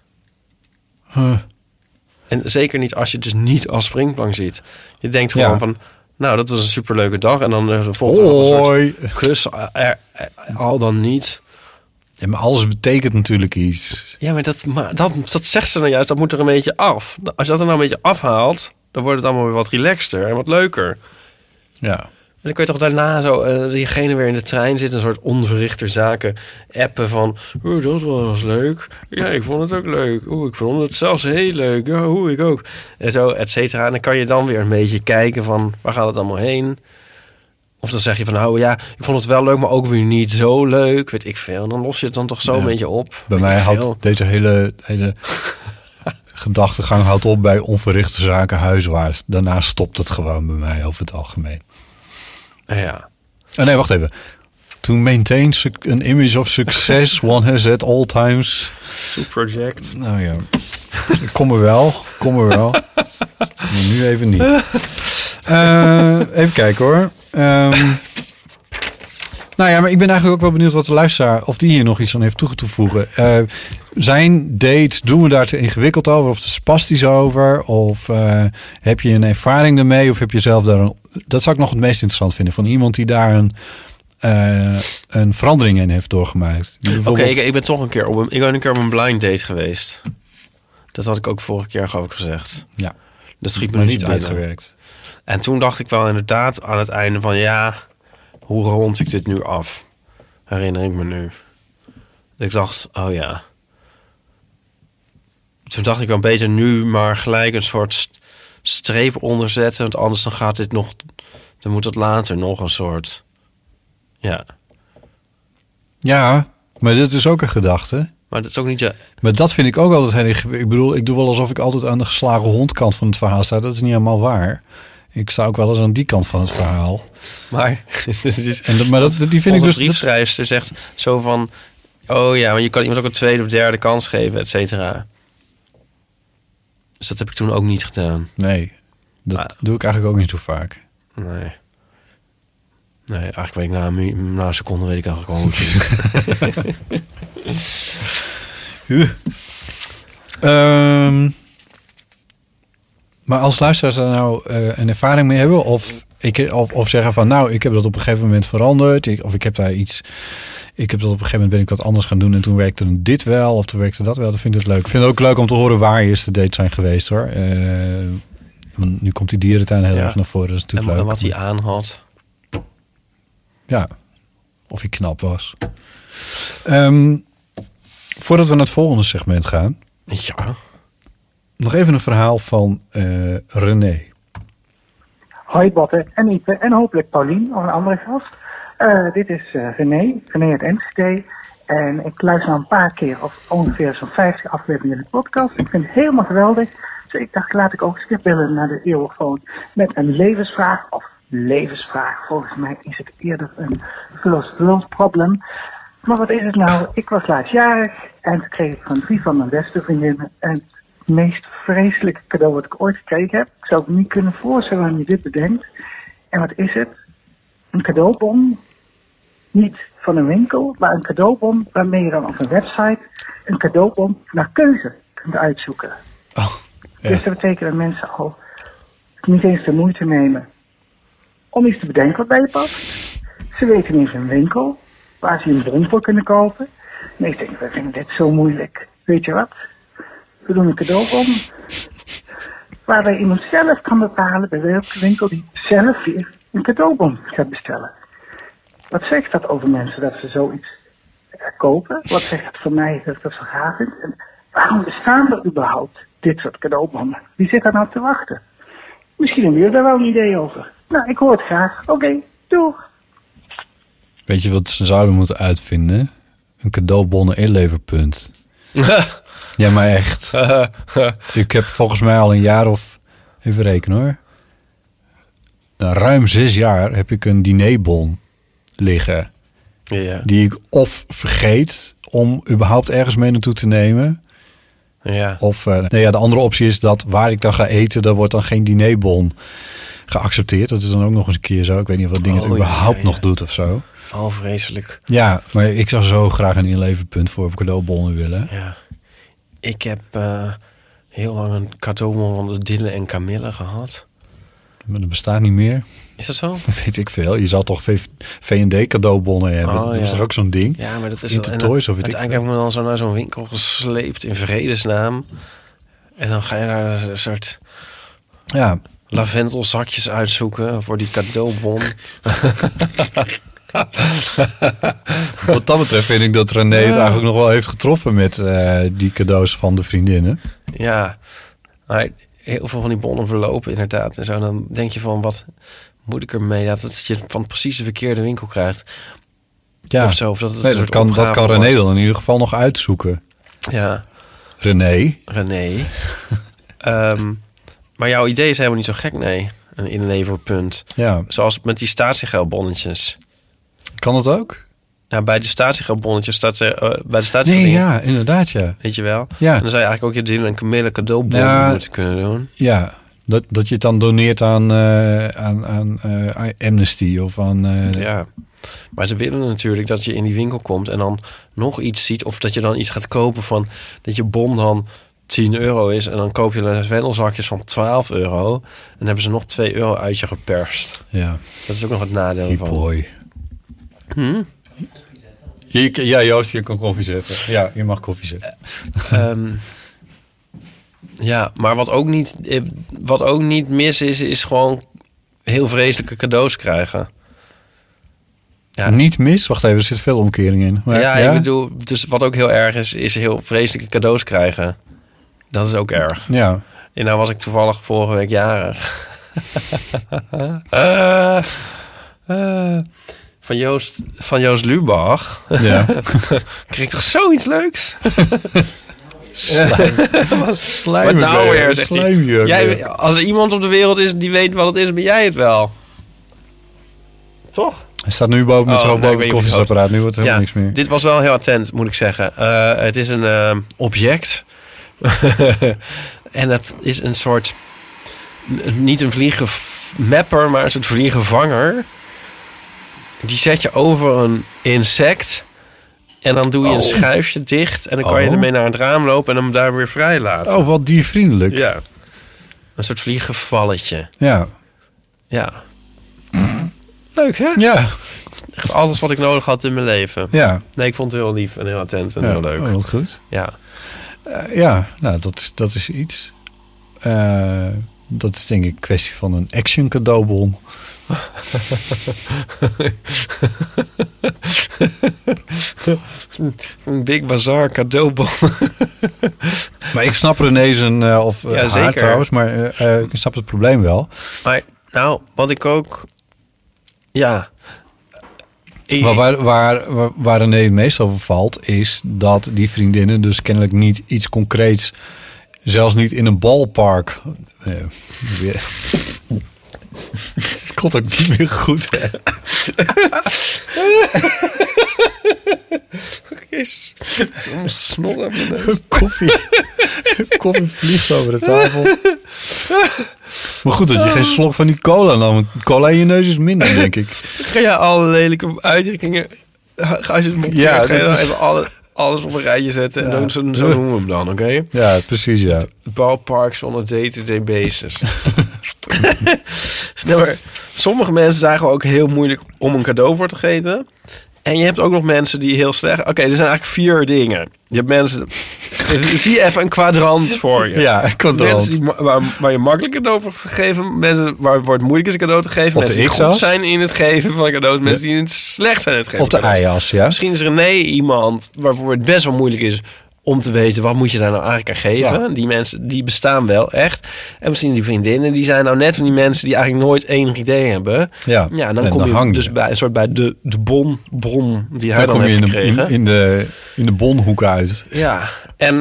En zeker niet als je het dus niet als springplank ziet. Je denkt gewoon van, nou, dat was een superleuke dag. En dan volgt er een soort kus, al dan niet. Ja, maar alles betekent natuurlijk iets. Ja, maar dat zegt ze nou juist, dat moet er een beetje af. Als je dat er nou een beetje afhaalt, dan wordt het allemaal weer wat relaxter en wat leuker. Ja. dan kun je toch daarna zo diegene weer in de trein zit, een soort onverrichter zaken appen van, dat was leuk. Ja, ik vond het ook leuk. Ik vond het zelfs heel leuk. Ja, ik ook. En zo, et cetera. En dan kan je dan weer een beetje kijken van, waar gaat het allemaal heen? Of dan zeg je van, ik vond het wel leuk, maar ook weer niet zo leuk. Weet ik veel. Dan los je het dan toch zo een beetje op. Bij mij houdt deze hele gedachtegang houdt op bij onverrichte zaken huiswaarts. Daarna stopt het gewoon bij mij over het algemeen. Ja. Nee, wacht even. To maintain an image of success, one has at all times. Project. Nou ja, kom er wel. Maar nu even niet. Even kijken hoor. Nou ja, maar ik ben eigenlijk ook wel benieuwd wat de luisteraar, of die hier nog iets aan heeft toe te voegen. Zijn dates, doen we daar te ingewikkeld over? Of te spastisch over? Of heb je een ervaring ermee? Of heb je zelf daar dat zou ik nog het meest interessant vinden. Van iemand die daar een verandering in heeft doorgemaakt. Oké, ik ben toch een keer op een blind date geweest. Dat had ik ook vorige keer, geloof ik, gezegd. Ja. Dat schiet me niet uitgewerkt. En toen dacht ik wel inderdaad aan het einde van, hoe rond ik dit nu af? Herinner ik me nu. Ik dacht, Toen dacht ik wel beter nu maar gelijk een soort streep onderzetten. Want anders dan gaat dit nog, dan moet het later nog een soort, Ja, maar dit is ook een gedachte. Maar dat is ook niet Maar dat vind ik ook altijd ik bedoel, ik doe wel alsof ik altijd aan de geslagen hondkant van het verhaal sta. Dat is niet helemaal waar. Ik sta ook wel eens aan die kant van het verhaal. Maar, die vind ik dus. De briefschrijfster zegt zo van, maar je kan iemand ook een tweede of derde kans geven, et cetera. Dus dat heb ik toen ook niet gedaan. Nee, dat doe ik eigenlijk ook niet zo vaak. Nee, eigenlijk weet ik na een seconde weet ik eigenlijk al hoe. Maar als luisteraars daar nou een ervaring mee hebben, of zeggen van, ik heb dat op een gegeven moment veranderd, ik heb dat op een gegeven moment ben ik dat anders gaan doen en toen werkte dit wel, of toen werkte dat wel, dan vind ik het leuk. Ik vind het ook leuk om te horen waar je eerste dates zijn geweest, hoor. Want nu komt die dierentuin heel erg naar voren, dat is natuurlijk leuk. En wat hij aan had. Ja, of hij knap was. Voordat we naar het volgende segment gaan. Ja. Nog even een verhaal van René. Hoi Botte en Ipe en hopelijk Paulien of een andere gast. Dit is René uit Enschede. En ik luister al een paar keer of ongeveer zo'n 50 afleveringen in de podcast. Ik vind het helemaal geweldig. Dus ik dacht, laat ik ook eens bellen naar de eeuwfoon met een levensvraag of levensvraag. Volgens mij is het eerder een filosofisch-probleem. Maar wat is het nou? Ik was laatstjarig en toen kreeg ik van 3 van mijn beste vriendinnen het meest vreselijke cadeau wat ik ooit gekregen heb. Ik zou het niet kunnen voorstellen waarom je dit bedenkt. En wat is het? Een cadeaubon. Niet van een winkel, maar een cadeaubon waarmee je dan op een website een cadeaubon naar keuze kunt uitzoeken. Oh, ja. Dus dat betekent dat mensen al niet eens de moeite nemen om iets te bedenken wat bij je past. Ze weten niet een winkel waar ze een bon voor kunnen kopen. Nee, ik denk, we vinden dit zo moeilijk. Weet je wat? We doen een cadeaubon waarbij iemand zelf kan bepalen bij welke winkel die zelf weer een cadeaubon gaat bestellen. Wat zegt dat over mensen dat ze zoiets kopen? Wat zegt dat voor mij dat ik dat zo gaaf vind? En waarom bestaan er überhaupt dit soort cadeaubonnen? Wie zit daar nou te wachten? Misschien hebben jullie daar wel een idee over. Nou, ik hoor het graag. Oké, doeg! Weet je wat ze zouden moeten uitvinden? Een cadeaubonnen inleverpunt. Ja, maar echt. Ik heb volgens mij al een jaar of... Even rekenen hoor. Nou, ruim 6 jaar heb ik een dinerbon liggen. Ja. Die ik of vergeet om überhaupt ergens mee naartoe te nemen. Ja. Of de andere optie is dat waar ik dan ga eten, daar wordt dan geen dinerbon geaccepteerd. Dat is dan ook nog eens een keer zo. Ik weet niet of dat ding het überhaupt nog doet of zo. Oh, vreselijk. Ja, maar ik zou zo graag een inleverpunt voor cadeaubonnen willen. Ja. Ik heb heel lang een cadeaubon van de Dille en Camille gehad. Maar dat bestaat niet meer. Is dat zo? Dat weet ik veel. Je zal toch V&D cadeaubonnen hebben. Dat is toch ook zo'n ding? Ja, maar dat is... Intertoys of weet ik veel. Uiteindelijk heb ik me dan zo naar zo'n winkel gesleept in vredesnaam. En dan ga je daar een soort... Ja. lavendelzakjes uitzoeken voor die cadeaubon. Wat dat betreft vind ik dat René het eigenlijk nog wel heeft getroffen met die cadeaus van de vriendinnen. Ja, maar heel veel van die bonnen verlopen inderdaad. En zo, dan denk je van, wat moet ik ermee? Dat je van precies de verkeerde winkel krijgt. Ja, of zo. Of dat, dat kan René dan in ieder geval nog uitzoeken. Ja. René. Maar jouw idee is helemaal niet zo gek, nee. Een inleverpunt. Ja. Zoals met die statiegeldbonnetjes. Kan dat ook? Nou, bij de statiegeldbonnetjes staat ze... bij de statiegeldbonnetjes. Nee, ja, inderdaad, ja. Weet je wel? Ja. En dan zou je eigenlijk ook je Dylan en Camille cadeaubon moeten kunnen doen. Ja, dat je het dan doneert aan Amnesty of aan... Ja. Maar ze willen natuurlijk dat je in die winkel komt en dan nog iets ziet. Of dat je dan iets gaat kopen van... dat je bon dan 10 euro is. En dan koop je lavendelzakjes van 12 euro. En dan hebben ze nog 2 euro uit je geperst. Ja. Dat is ook nog het nadeel van. Boy. Ja, Joost, je kan koffie zetten. Ja, je mag koffie zetten. Ja, maar wat ook niet mis is gewoon heel vreselijke cadeaus krijgen. Ja. Niet mis? Wacht even, er zit veel omkering in. Maar, ja, ik bedoel, dus wat ook heel erg is heel vreselijke cadeaus krijgen. Dat is ook erg. Ja. En nou was ik toevallig vorige week jarig. Van Joost Lubach. Ja. Kreeg ik toch zoiets leuks? Slijm nou weer, zegt hij. Als er iemand op de wereld is die weet wat het is, ben jij het wel. Toch? Hij staat nu boven met zijn hoofd boven het koffiezetapparaat. Nu wordt er helemaal niks meer. Dit was wel heel attent, moet ik zeggen. Het is een object. En het is een soort... Niet een vliegenmapper, maar een soort vliegenvanger. Die zet je over een insect. En dan doe je een schuifje dicht. En dan kan je ermee naar het raam lopen en hem daar weer vrij laten. Oh, wat diervriendelijk. Ja. Een soort vliegenvalletje. Ja. Ja. Leuk, hè? Ja. Echt alles wat ik nodig had in mijn leven. Ja. Nee, ik vond het heel lief en heel attent en heel leuk. Oh, wat goed. Ja. Ja, nou, dat is iets. Dat is denk ik een kwestie van een action cadeaubon. Een Big Bazaar cadeaubon. Maar ik snap René's of haar zeker. trouwens, maar ik snap het probleem wel. Maar nou, wat ik ook... Ja. Maar waar René het meest over valt, is dat die vriendinnen dus kennelijk niet iets concreets, zelfs niet in een ballpark... Het komt ook niet meer goed, hè? Jezus. Snot op mijn neus. Koffie vliegt over de tafel. Maar goed, dat je geen slok van die cola nam. Cola in je neus is minder, denk ik. Ga je alle lelijke uitdrukkingen... Als je het monteert, ga je dan even alles op een rijtje zetten. En dan zo noemen we hem dan, oké? Ja, precies, ja. Ballparks on a day-to-day basis. Nee, maar sommige mensen zijn gewoon ook heel moeilijk om een cadeau voor te geven. En je hebt ook nog mensen die heel slecht... Oké, er zijn eigenlijk 4 dingen. Je hebt mensen... Zie even een kwadrant voor je. Ja, een kwadrant. Mensen waar je makkelijk cadeau voor geven. Mensen waar het moeilijk is een cadeau te geven. Op mensen de die X-as goed zijn in het geven van cadeaus. Mensen die het slecht zijn in het geven. Op de Y-as, ja. Misschien is René iemand waarvoor het best wel moeilijk is om te weten, wat moet je daar nou eigenlijk aan geven? Ja. Die mensen, die bestaan wel echt. En misschien die vriendinnen, die zijn nou net van die mensen die eigenlijk nooit enig idee hebben. Ja, ja, dan kom je dus bij een soort bij de bon die hij dan heeft gekregen. In de bonhoek uit. Ja, en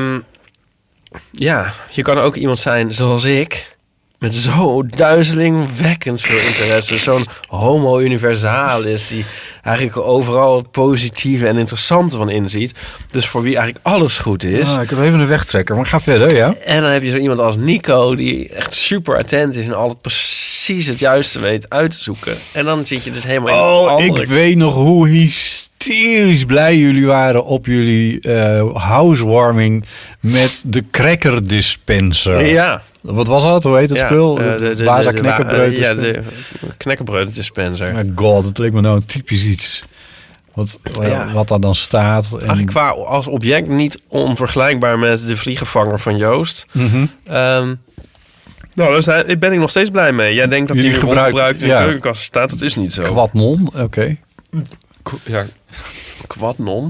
ja, je kan ook iemand zijn zoals ik, met zo duizelingwekkend veel interesse. Zo'n homo universalis die eigenlijk overal het positieve en interessante van inziet. Dus voor wie eigenlijk alles goed is. Ik heb even een wegtrekker, maar ga verder, ja. En dan heb je zo iemand als Nico die echt super attent is en altijd precies het juiste weet uit te zoeken. En dan zit je dus helemaal in een andere... Ik weet nog hoe hysterisch blij jullie waren op jullie housewarming met de cracker dispenser. Ja. Wat was dat? Hoe heet het spul? De knekkerbreud. Ja, de knekkerbreud dispenser. My god, het leek me nou typisch iets. Wat daar dan staat. En... Eigenlijk qua als object niet onvergelijkbaar met de vliegenvanger van Joost. Mm-hmm. Nou, daar ben ik nog steeds blij mee. Jij denkt dat Jullie die ongebruikt in de keukenkast staat. Dat is niet zo. Quadnon, oké. Ja, quadnon.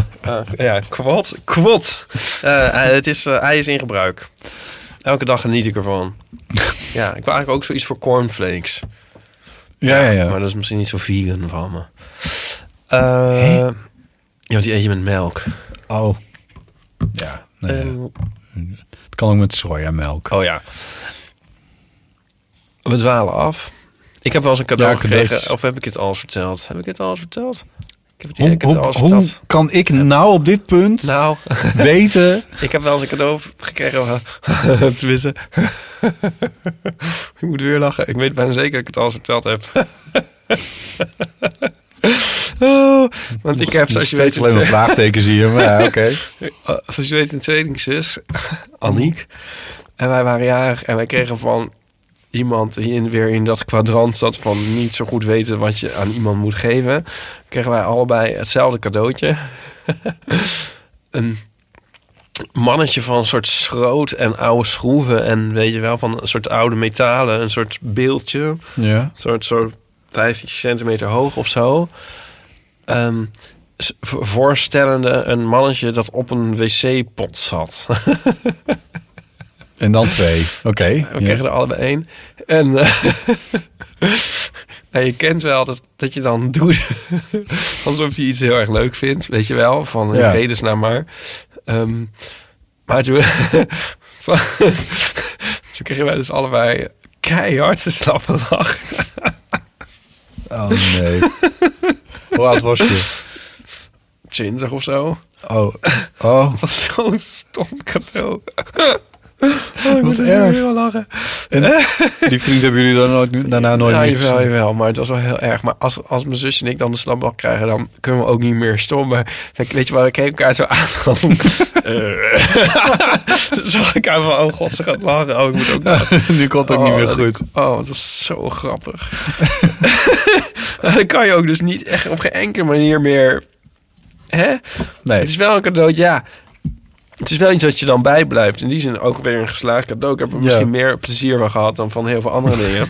Quad. Hij is in gebruik. Elke dag geniet ik ervan. Ja, ik wil eigenlijk ook zoiets voor cornflakes. Ja. Maar dat is misschien niet zo vegan van me. Ja, die eet je met melk. Oh. Ja. Het kan ook met sojamelk. Oh ja. We dwalen af. Ik heb wel eens een cadeau gekregen. Of heb ik het al eens verteld? Hoe kan ik nou op dit punt weten? Ik heb wel eens een cadeau gekregen. Tenminste. Ik moet weer lachen. Ik weet bijna zeker dat ik het al eens verteld heb. Want ik heb, zoals je weet... alleen een vraagteken zie je, maar ja, oké. Zoals je weet, een tweelingzus, Aniek. En wij waren jarig en wij kregen van iemand die weer in dat kwadrant zat van niet zo goed weten wat je aan iemand moet geven. Kregen wij allebei hetzelfde cadeautje. Een mannetje van een soort schroot en oude schroeven en weet je wel, van een soort oude metalen, een soort beeldje. Ja. Een soort 15 centimeter hoog of zo. Voorstellende een mannetje dat op een wc-pot zat. En dan 2. Oké. We kregen er allebei 1. En je kent wel dat je dan doet alsof je iets heel erg leuk vindt. Weet je wel, van vredesnaam maar. Maar toen kregen wij dus allebei keihard de slappe lach. Oh nee. Hoe oud was je? 20 of zo. Oh. Dat was zo'n stom cadeau. Wat erg. Heel lachen. En die vriend hebben jullie daarna nooit meer gezien? Jawel, maar het was wel heel erg. Maar als mijn zusje en ik dan de slaapbak krijgen, dan kunnen we ook niet meer stommen. Weet je waar, we keken elkaar zo aan. Toen zag ik aan van, oh god, ze gaat lachen. Oh, ik moet ook lachen. Nu komt het ook niet meer goed. Het was zo grappig. Dan kan je ook dus niet echt op geen enkele manier meer... Hè? Nee. Het is wel een cadeautje, ja. Het is wel iets dat je dan bijblijft. In die zin ook weer een geslaagd cadeau. Ik heb er misschien meer plezier van gehad dan van heel veel andere dingen.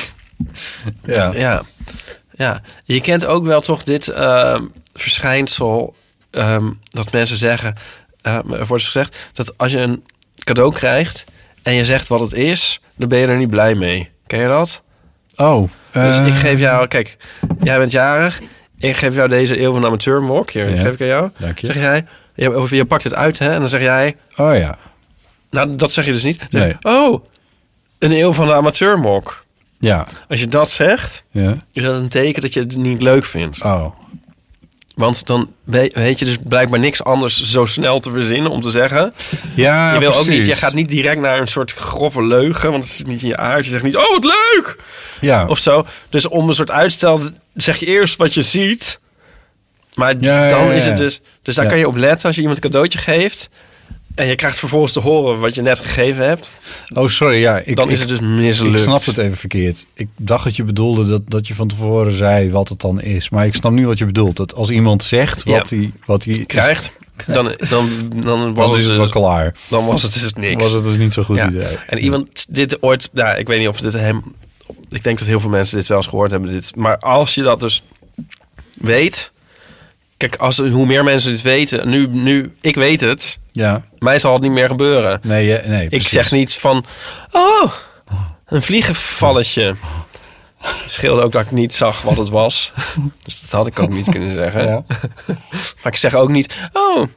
Ja. Je kent ook wel toch dit verschijnsel dat mensen zeggen... er wordt gezegd dat als je een cadeau krijgt en je zegt wat het is, dan ben je er niet blij mee. Ken je dat? Oh. Dus ik geef jou... Kijk, jij bent jarig. Ik geef jou deze Eeuw van de Amateur mok. Hier, geef ik aan jou. Dank je. Zeg jij... Je pakt het uit, hè? En dan zeg jij... Oh ja. Nou, dat zeg je dus niet. Nee. Oh, een Eeuw van de Amateurmok. Ja. Als je dat zegt, is dat een teken dat je het niet leuk vindt. Oh. Want dan weet je dus blijkbaar niks anders zo snel te verzinnen om te zeggen. Ja, je wil precies. ook niet, je gaat niet direct naar een soort grove leugen, want het is niet in je aard. Je zegt niet, oh wat leuk! Ja. Of zo. Dus om een soort uitstel zeg je eerst wat je ziet. Maar dan is het dus... Dus daar kan je op letten als je iemand een cadeautje geeft. En je krijgt vervolgens te horen wat je net gegeven hebt. Oh, sorry. Ja, dan is het dus mislukt. Ik snap het even verkeerd. Ik dacht dat je bedoelde dat je van tevoren zei wat het dan is. Maar ik snap nu wat je bedoelt. Dat als iemand zegt wat hij krijgt, dan is het wel klaar. Dan was het dus niks. Was het dus niet zo'n goed idee. En iemand dit ooit... Nou, ik weet niet of dit hem... Ik denk dat heel veel mensen dit wel eens gehoord hebben. Maar als je dat dus weet... Kijk, hoe meer mensen dit weten... Nu ik weet het... Ja. Mij zal het niet meer gebeuren. Nee, ik zeg niet van... Oh, een vliegenvalletje. Scheelde ook dat ik niet zag wat het was. Dus dat had ik ook niet kunnen zeggen. Ja. Maar ik zeg ook niet... Oh,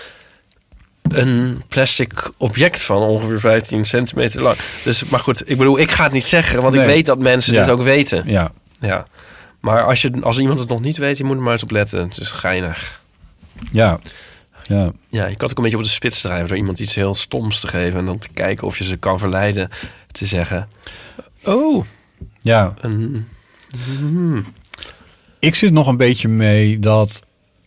een plastic object van ongeveer 15 centimeter lang. Dus, maar goed, ik bedoel, ik ga het niet zeggen... want ik weet dat mensen dit ook weten. Ja. Maar als iemand het nog niet weet... je moet er maar eens op letten. Het is geinig. Ja, je kan ook een beetje op de spits drijven... door iemand iets heel stoms te geven... en dan te kijken of je ze kan verleiden te zeggen... Oh. Ja. Ik zit nog een beetje mee dat...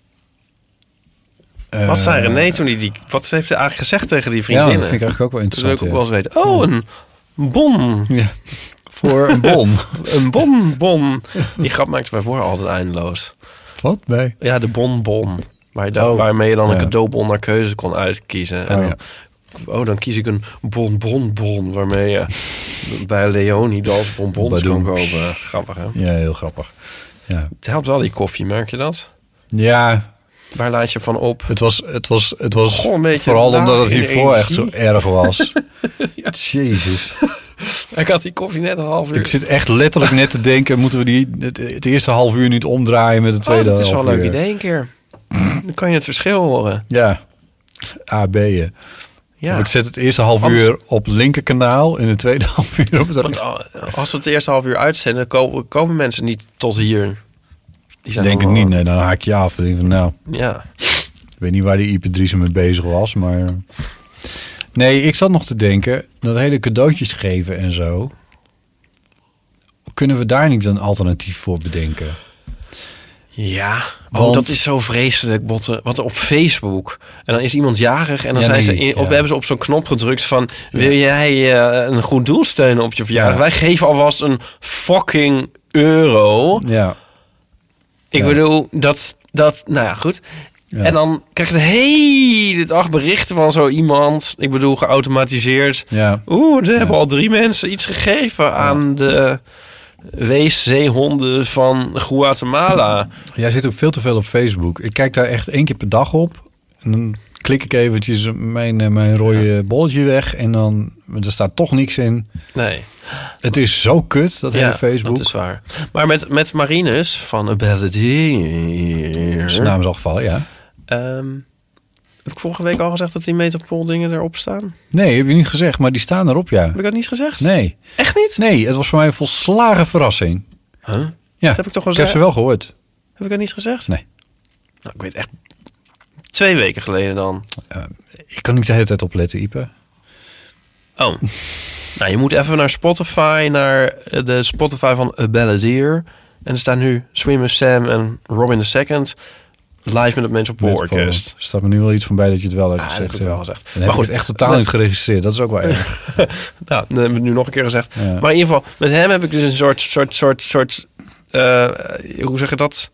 wat zei René toen wat heeft hij eigenlijk gezegd tegen die vriendinnen? Ja, dat vind ik eigenlijk ook wel interessant. Dat wil ik ook wel eens weten. Oh, een bon. Ja. Voor een bon. Een bonbon. Die grap maakten wij voor altijd eindeloos. Wat? Nee. Ja, de bonbon. Waarmee je dan een cadeaubon naar keuze kon uitkiezen. En dan dan kies ik een bonbonbon waarmee je bij Leonidas bonbons kan kopen. Grappig, hè? Ja, heel grappig. Ja. Het helpt wel, die koffie, merk je dat? Ja. Waar laat je van op? Het was een beetje vooral omdat het hiervoor echt energie. zo erg was. Ja. Jezus. Ik had die koffie net een half uur. Ik zit echt letterlijk net te denken, moeten we het eerste half uur niet omdraaien met het tweede half uur? Dat is wel een leuk idee een keer. Dan kan je het verschil horen. Ja. A, B'en. Ja. Of ik zet het eerste half uur op het linkerkanaal en het tweede half uur op het Want als we het eerste half uur uitzenden, komen mensen niet tot hier. Ik denk het niet, nee, dan haak je af. Ik denk van, nou, ja. Ik weet niet waar die Ipe Driessen mee bezig was, maar... Nee, ik zat nog te denken, dat hele cadeautjes geven en zo... Kunnen we daar niet een alternatief voor bedenken? Ja, want dat is zo vreselijk, Botte. Want op Facebook. En dan is iemand jarig en dan hebben ze op zo'n knop gedrukt van... Wil jij een goed doel steunen op je verjaardag? Ja. Wij geven alvast een fucking euro. Ja. Ik bedoel, dat... Nou ja, goed. Ja. En dan krijg je de hele dag berichten van zo iemand. Ik bedoel, geautomatiseerd. Ja. Er hebben al 3 mensen iets gegeven aan de... weeszeehonden van Guatemala. Jij zit ook veel te veel op Facebook. Ik kijk daar echt 1 keer per dag op. En dan klik ik eventjes mijn rode bolletje weg. En dan er staat toch niks in. Nee. Het is zo kut, dat hele Facebook. Dat is waar. Maar met Marinus van Ability... Zijn naam is al gevallen, ja. Heb ik vorige week al gezegd dat die Metapol dingen erop staan? Nee, heb je niet gezegd, maar die staan erop, ja. Heb ik dat niet gezegd? Nee. Echt niet? Nee, het was voor mij een volslagen verrassing. Huh? Ja, dat heb ik toch ik heb ze wel gehoord. Heb ik dat niet gezegd? Nee. Nou, ik weet echt 2 weken geleden dan. Ik kan niet de hele tijd opletten, Ipe. Oh. Nou, je moet even naar Spotify, naar de Spotify van A Balladeer. En er staan nu Swimmer Sam en Robin II... live met het Metapol Orkest. Er staat me nu wel iets van bij dat je het wel hebt gezegd. Dat heb ik wel gezegd. Dan heb ik het echt totaal niet geregistreerd. Dat is ook wel erg. Nou, dan hebben we het nu nog een keer gezegd. Ja. Maar in ieder geval, met hem heb ik dus een soort hoe zeg je dat?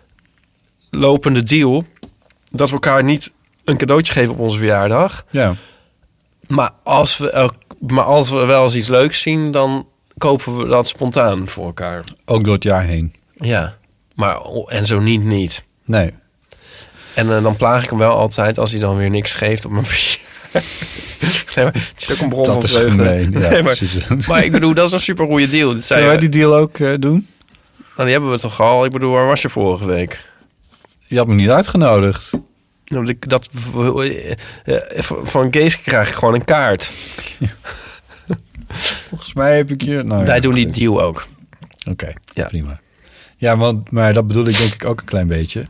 Lopende deal. Dat we elkaar niet een cadeautje geven op onze verjaardag. Ja. Maar als we wel eens iets leuks zien, dan kopen we dat spontaan voor elkaar. Ook door het jaar heen. Ja. Maar en zo niet. Nee. En dan plaag ik hem wel altijd als hij dan weer niks geeft op mijn verjaardag. Nee, maar het is ook een bron van vreugde. Ja, nee, precies. Maar ik bedoel, dat is een super goede deal. Kunnen wij die deal ook doen? Nou, die hebben we toch al. Ik bedoel, waar was je vorige week? Je had me niet uitgenodigd. Van Geeske krijg ik gewoon een kaart. Ja. Volgens mij heb ik je... Nou, wij doen die deal ook. Oké, prima. Ja, maar dat bedoel ik denk ik ook een klein beetje.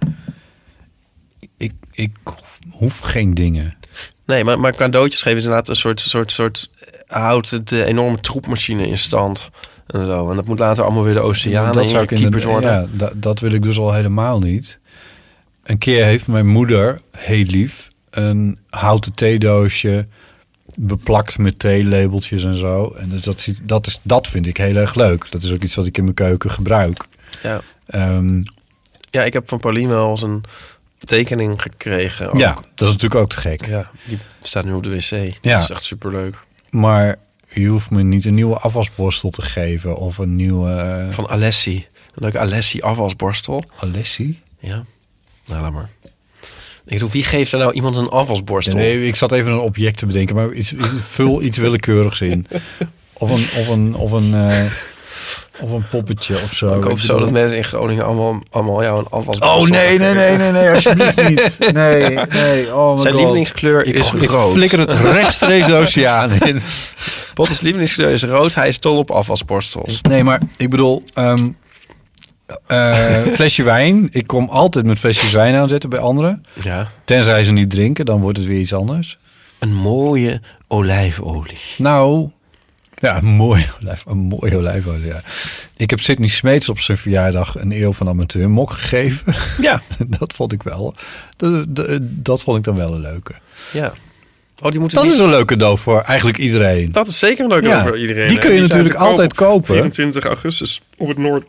Ik hoef geen dingen. Nee, maar cadeautjes geven is inderdaad een soort houdt de enorme troepmachine in stand. En zo. En dat moet later allemaal weer de oceanen in keepers worden. Ja, dat wil ik dus al helemaal niet. Een keer heeft mijn moeder, heel lief, een houten theedoosje beplakt met theelabeltjes en zo. En dus dat vind ik heel erg leuk. Dat is ook iets wat ik in mijn keuken gebruik. Ja. Ja, ik heb van Pauline wel eens een tekening gekregen. Ook. Ja, dat is natuurlijk ook te gek. Ja, die staat nu op de wc. Ja. Dat is echt superleuk. Maar je hoeft me niet een nieuwe afwasborstel te geven of een nieuwe... Van Alessi. Een leuke Alessi afwasborstel. Alessi? Ja. Nou, laat maar. Ik bedoel, wie geeft er nou iemand een afwasborstel? Ja, nee, ik zat even een object te bedenken, maar vul iets willekeurigs in. Of een poppetje of zo. Ik hoop zo dat mensen in Groningen allemaal jou een afwasborstel... Oh, nee, alsjeblieft niet. Nee. Oh, zijn lievelingskleur is rood. Ik flikker het rechtstreeks de oceaan in. Botte's lievelingskleur is rood. Hij is dol op afwasborstels. Nee, maar ik bedoel... flesje wijn. Ik kom altijd met flesjes wijn aanzetten bij anderen. Ja. Tenzij ze niet drinken, dan wordt het weer iets anders. Een mooie olijfolie. Nou... Ja, een mooie olijfolie, ja. Ik heb Sidney Smeets op zijn verjaardag een eeuw van amateur mok gegeven. Ja. Dat vond ik wel. Dat vond ik dan wel een leuke. Ja. Dat is een leuke cadeau voor eigenlijk iedereen. Dat is zeker een leuke cadeau voor iedereen. Die kun je natuurlijk altijd kopen. 24 augustus op het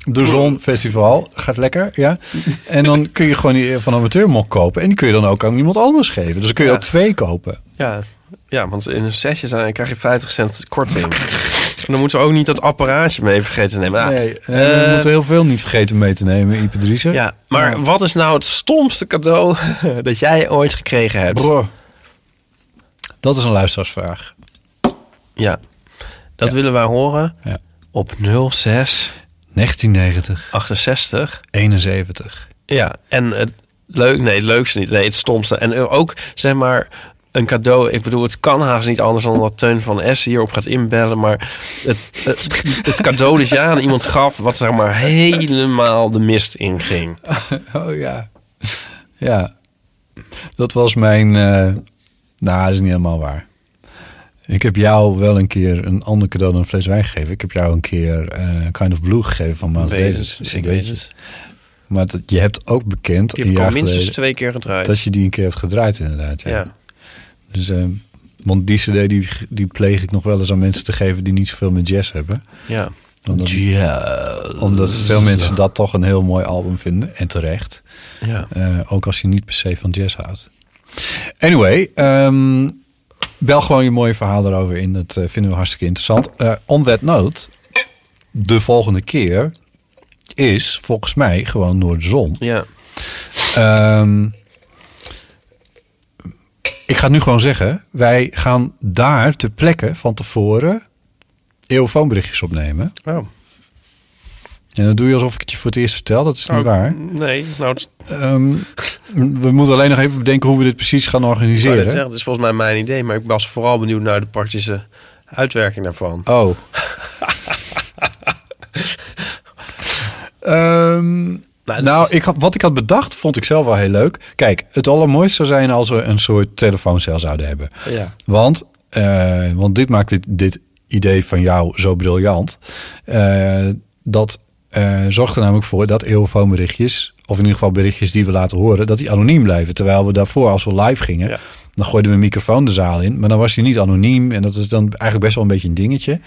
De Zon Festival. Gaat lekker, ja. En dan kun je gewoon die van amateurmok kopen. En die kun je dan ook aan iemand anders geven. Dus dan kun je ook 2 kopen. Ja, want in een sessie krijg je 50 cent korting. En dan moeten we ook niet dat apparaatje mee vergeten te nemen. We moeten heel veel niet vergeten mee te nemen, Ipe Driessen. Ja, maar wat is nou het stomste cadeau dat jij ooit gekregen hebt? Bro, dat is een luisteraarsvraag. Ja, dat willen wij horen op 06 1990 68 71. Ja, en het leukste niet. Nee, het stomste. En ook, zeg maar, een cadeau. Ik bedoel, het kan haast niet anders dan dat Teun van S hierop gaat inbellen. Maar het cadeau dat jij aan iemand gaf, wat zeg maar helemaal de mist inging. Oh ja. Ja. Dat was mijn... dat is niet helemaal waar. Ik heb jou wel een keer een ander cadeau dan een fles wijn gegeven. Ik heb jou een keer Kind of Blue gegeven van Miles Davis. Ik weet het. Maar je hebt ook bekend... Die heb ik al minstens 2 keer gedraaid. Dat je die een keer hebt gedraaid, inderdaad. Ja. Dus, want die cd die pleeg ik nog wel eens aan mensen te geven die niet zoveel met jazz hebben. Ja. Omdat veel mensen dat toch een heel mooi album vinden. En terecht. Ja. Ook als je niet per se van jazz houdt. Anyway, bel gewoon je mooie verhaal erover in. Dat vinden we hartstikke interessant. On that note, de volgende keer is volgens mij gewoon Noorderzon. Ja. Ik ga het nu gewoon zeggen. Wij gaan daar ter plekke van tevoren eeuwfoonberichtjes opnemen. Oh. En dan doe je alsof ik het je voor het eerst vertel. Dat is niet waar. Nee. We moeten alleen nog even bedenken hoe we dit precies gaan organiseren. Dat is volgens mij mijn idee. Maar ik was vooral benieuwd naar de praktische uitwerking daarvan. Oh. Wat ik had bedacht, vond ik zelf wel heel leuk. Kijk, het allermooiste zou zijn als we een soort telefooncel zouden hebben. Ja. Want dit maakt dit idee van jou zo briljant. Dat zorgt er namelijk voor dat eeuwfoonberichtjes, of in ieder geval berichtjes die we laten horen, dat die anoniem blijven. Terwijl we daarvoor, als we live gingen, dan gooiden we een microfoon de zaal in. Maar dan was hij niet anoniem. En dat is dan eigenlijk best wel een beetje een dingetje.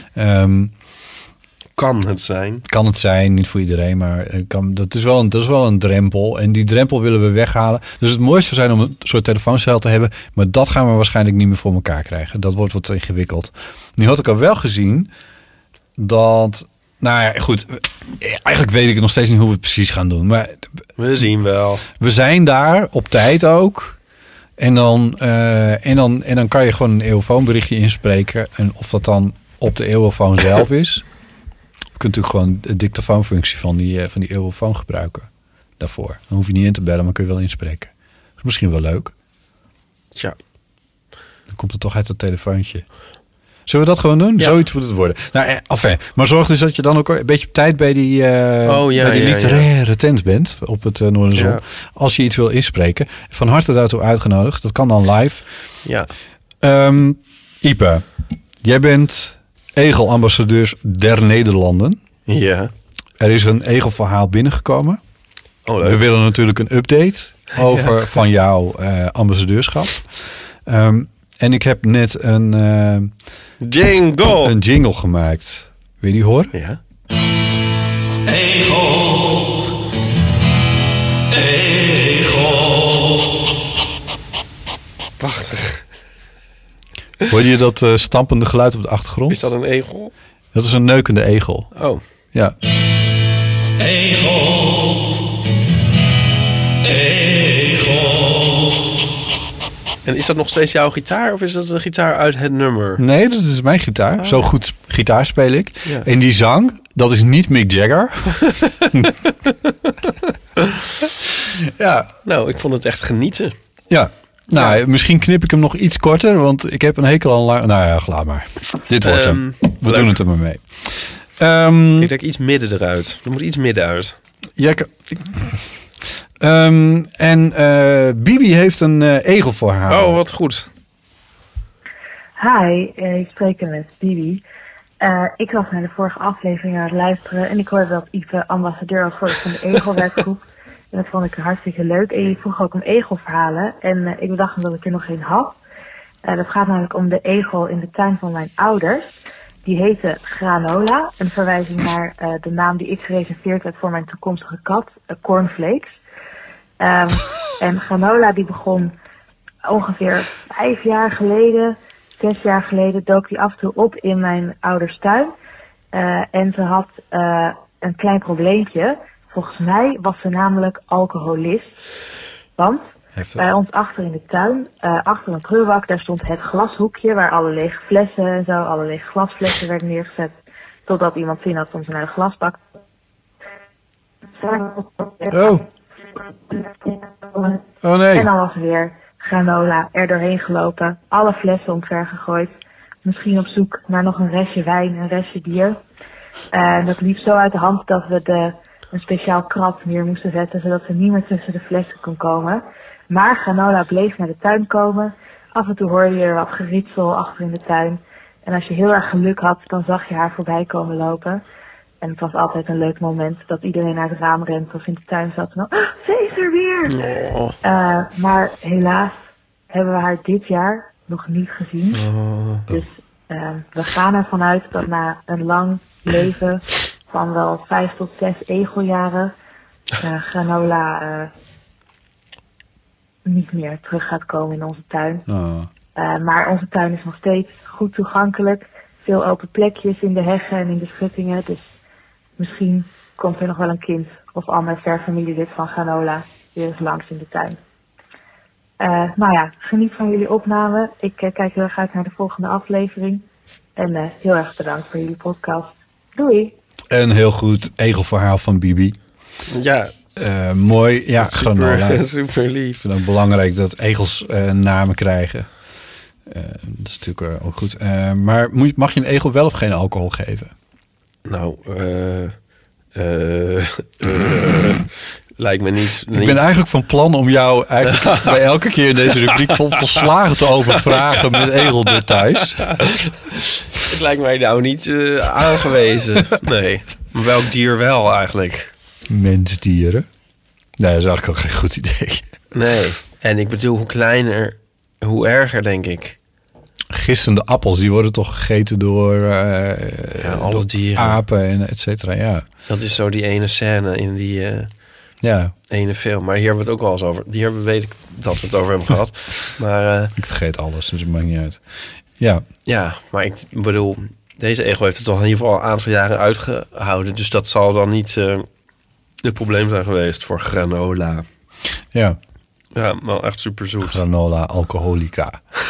Kan het zijn. Kan het zijn, niet voor iedereen, maar dat is wel een drempel. En die drempel willen we weghalen. Dus het mooiste zou zijn om een soort telefooncel te hebben. Maar dat gaan we waarschijnlijk niet meer voor elkaar krijgen. Dat wordt wat ingewikkeld. Nu had ik al wel gezien dat... Nou ja, goed. Eigenlijk weet ik nog steeds niet hoe we het precies gaan doen. Maar we zien wel. We zijn daar op tijd ook. En dan kan je gewoon een eeuwfoonberichtje inspreken. En of dat dan op de eeuwfoon zelf is... Je kunt natuurlijk gewoon de dictafoonfunctie van die eeuwfoon gebruiken daarvoor. Dan hoef je niet in te bellen, maar kun je wel inspreken. Dat is misschien wel leuk. Ja. Dan komt het toch uit dat telefoontje. Zullen we dat gewoon doen? Ja. Zoiets moet het worden. Nou, maar zorg dus dat je dan ook een beetje op tijd bij die literaire tent bent op het Noorderzon. Ja. Als je iets wil inspreken. Van harte daartoe uitgenodigd. Dat kan dan live. Ja. Ipe, jij bent Egel-ambassadeurs der Nederlanden. Ja. Er is een Egel-verhaal binnengekomen. Oh, leuk. We willen natuurlijk een update over van jouw ambassadeurschap. En ik heb net een jingle gemaakt. Wil je die horen? Ja. Egel. Prachtig. Hoorde je dat stampende geluid op de achtergrond? Is dat een egel? Dat is een neukende egel. Oh. Ja. Egel. En is dat nog steeds jouw gitaar of is dat een gitaar uit het nummer? Nee, dat is mijn gitaar. Oh. Zo goed gitaar speel ik. Ja. En die zang, dat is niet Mick Jagger. Ja. Nou, ik vond het echt genieten. Ja. Nou, misschien knip ik hem nog iets korter, want ik heb een hekel aan lang... Nou ja, laat maar. Dit wordt hem. We doen het er maar mee. Ik denk iets midden eruit. Er moet iets midden uit. Ja, Bibi heeft een egel voor haar. Oh, wat goed. Hi, ik spreek met Bibi. Ik was naar de vorige aflevering aan het luisteren en ik hoorde dat Ipe ambassadeur was geworden van de Egelwerkgroep. En dat vond ik hartstikke leuk. En je vroeg ook om egelverhalen. En ik bedacht dat ik er nog geen had. Dat gaat namelijk om de egel in de tuin van mijn ouders. Die heette Granola, een verwijzing naar de naam die ik gereserveerd had voor mijn toekomstige kat, Cornflakes. En Granola die begon ongeveer 6 jaar geleden, dook die af en toe op in mijn ouders tuin. En ze had een klein probleempje. Volgens mij was ze namelijk alcoholist. Want bij ons achter in de tuin, achter een prullenbak, daar stond het glashoekje waar alle lege flessen en zo, alle lege glasflessen werden neergezet. Totdat iemand zin had om ze naar de glasbak. Oh nee. En dan was er weer Granola er doorheen gelopen, alle flessen omver gegooid. Misschien op zoek naar nog een restje wijn, een restje bier. En dat liep zo uit de hand dat we een speciaal krat neer moesten zetten, zodat ze niet meer tussen de flessen kon komen. Maar Granola bleef naar de tuin komen. Af en toe hoorde je er wat geritsel achter in de tuin. En als je heel erg geluk had, dan zag je haar voorbij komen lopen. En het was altijd een leuk moment dat iedereen naar het raam rent of in de tuin zat. En dan, ze is er weer! Oh. Maar helaas hebben we haar dit jaar nog niet gezien. Dus we gaan ervan uit dat na een lang leven van wel 5 tot 6 egeljaren Granola niet meer terug gaat komen in onze tuin. Maar onze tuin is nog steeds goed toegankelijk. Veel open plekjes in de heggen en in de schuttingen. Dus misschien komt er nog wel een kind of ander ver familielid van Granola weer eens langs in de tuin. Nou ja, geniet van jullie opname. Ik kijk heel erg uit naar de volgende aflevering. En heel erg bedankt voor jullie podcast. Doei! Een heel goed egelverhaal van Bibi. Ja. Mooi. Ja, Granola. Super lief. Ik vind het ook belangrijk dat egels namen krijgen. Dat is natuurlijk ook goed. Maar mag je een egel wel of geen alcohol geven? Nou, lijkt me niet. Ik ben eigenlijk van plan om jou eigenlijk bij elke keer in deze rubriek volslagen te overvragen met egeldetails. Het lijkt mij nou niet aangewezen. Nee. Maar welk dier wel eigenlijk? Mensdieren? Nee, dat is eigenlijk ook geen goed idee. Nee. En ik bedoel, hoe kleiner, hoe erger, denk ik. Gistende appels, die worden toch gegeten door alle door dieren. Apen en et cetera, ja. Dat is zo die ene scène in die ene film. Maar hier hebben we het ook wel eens over. Weet ik dat we het over hebben gehad. Maar ik vergeet alles, dus het maakt niet uit. Ja. Ja, maar ik bedoel, deze egel heeft het toch in ieder geval een aantal jaren uitgehouden. Dus dat zal dan niet het probleem zijn geweest voor Granola. Ja. Ja, wel echt super zoet. Granola alcoholica.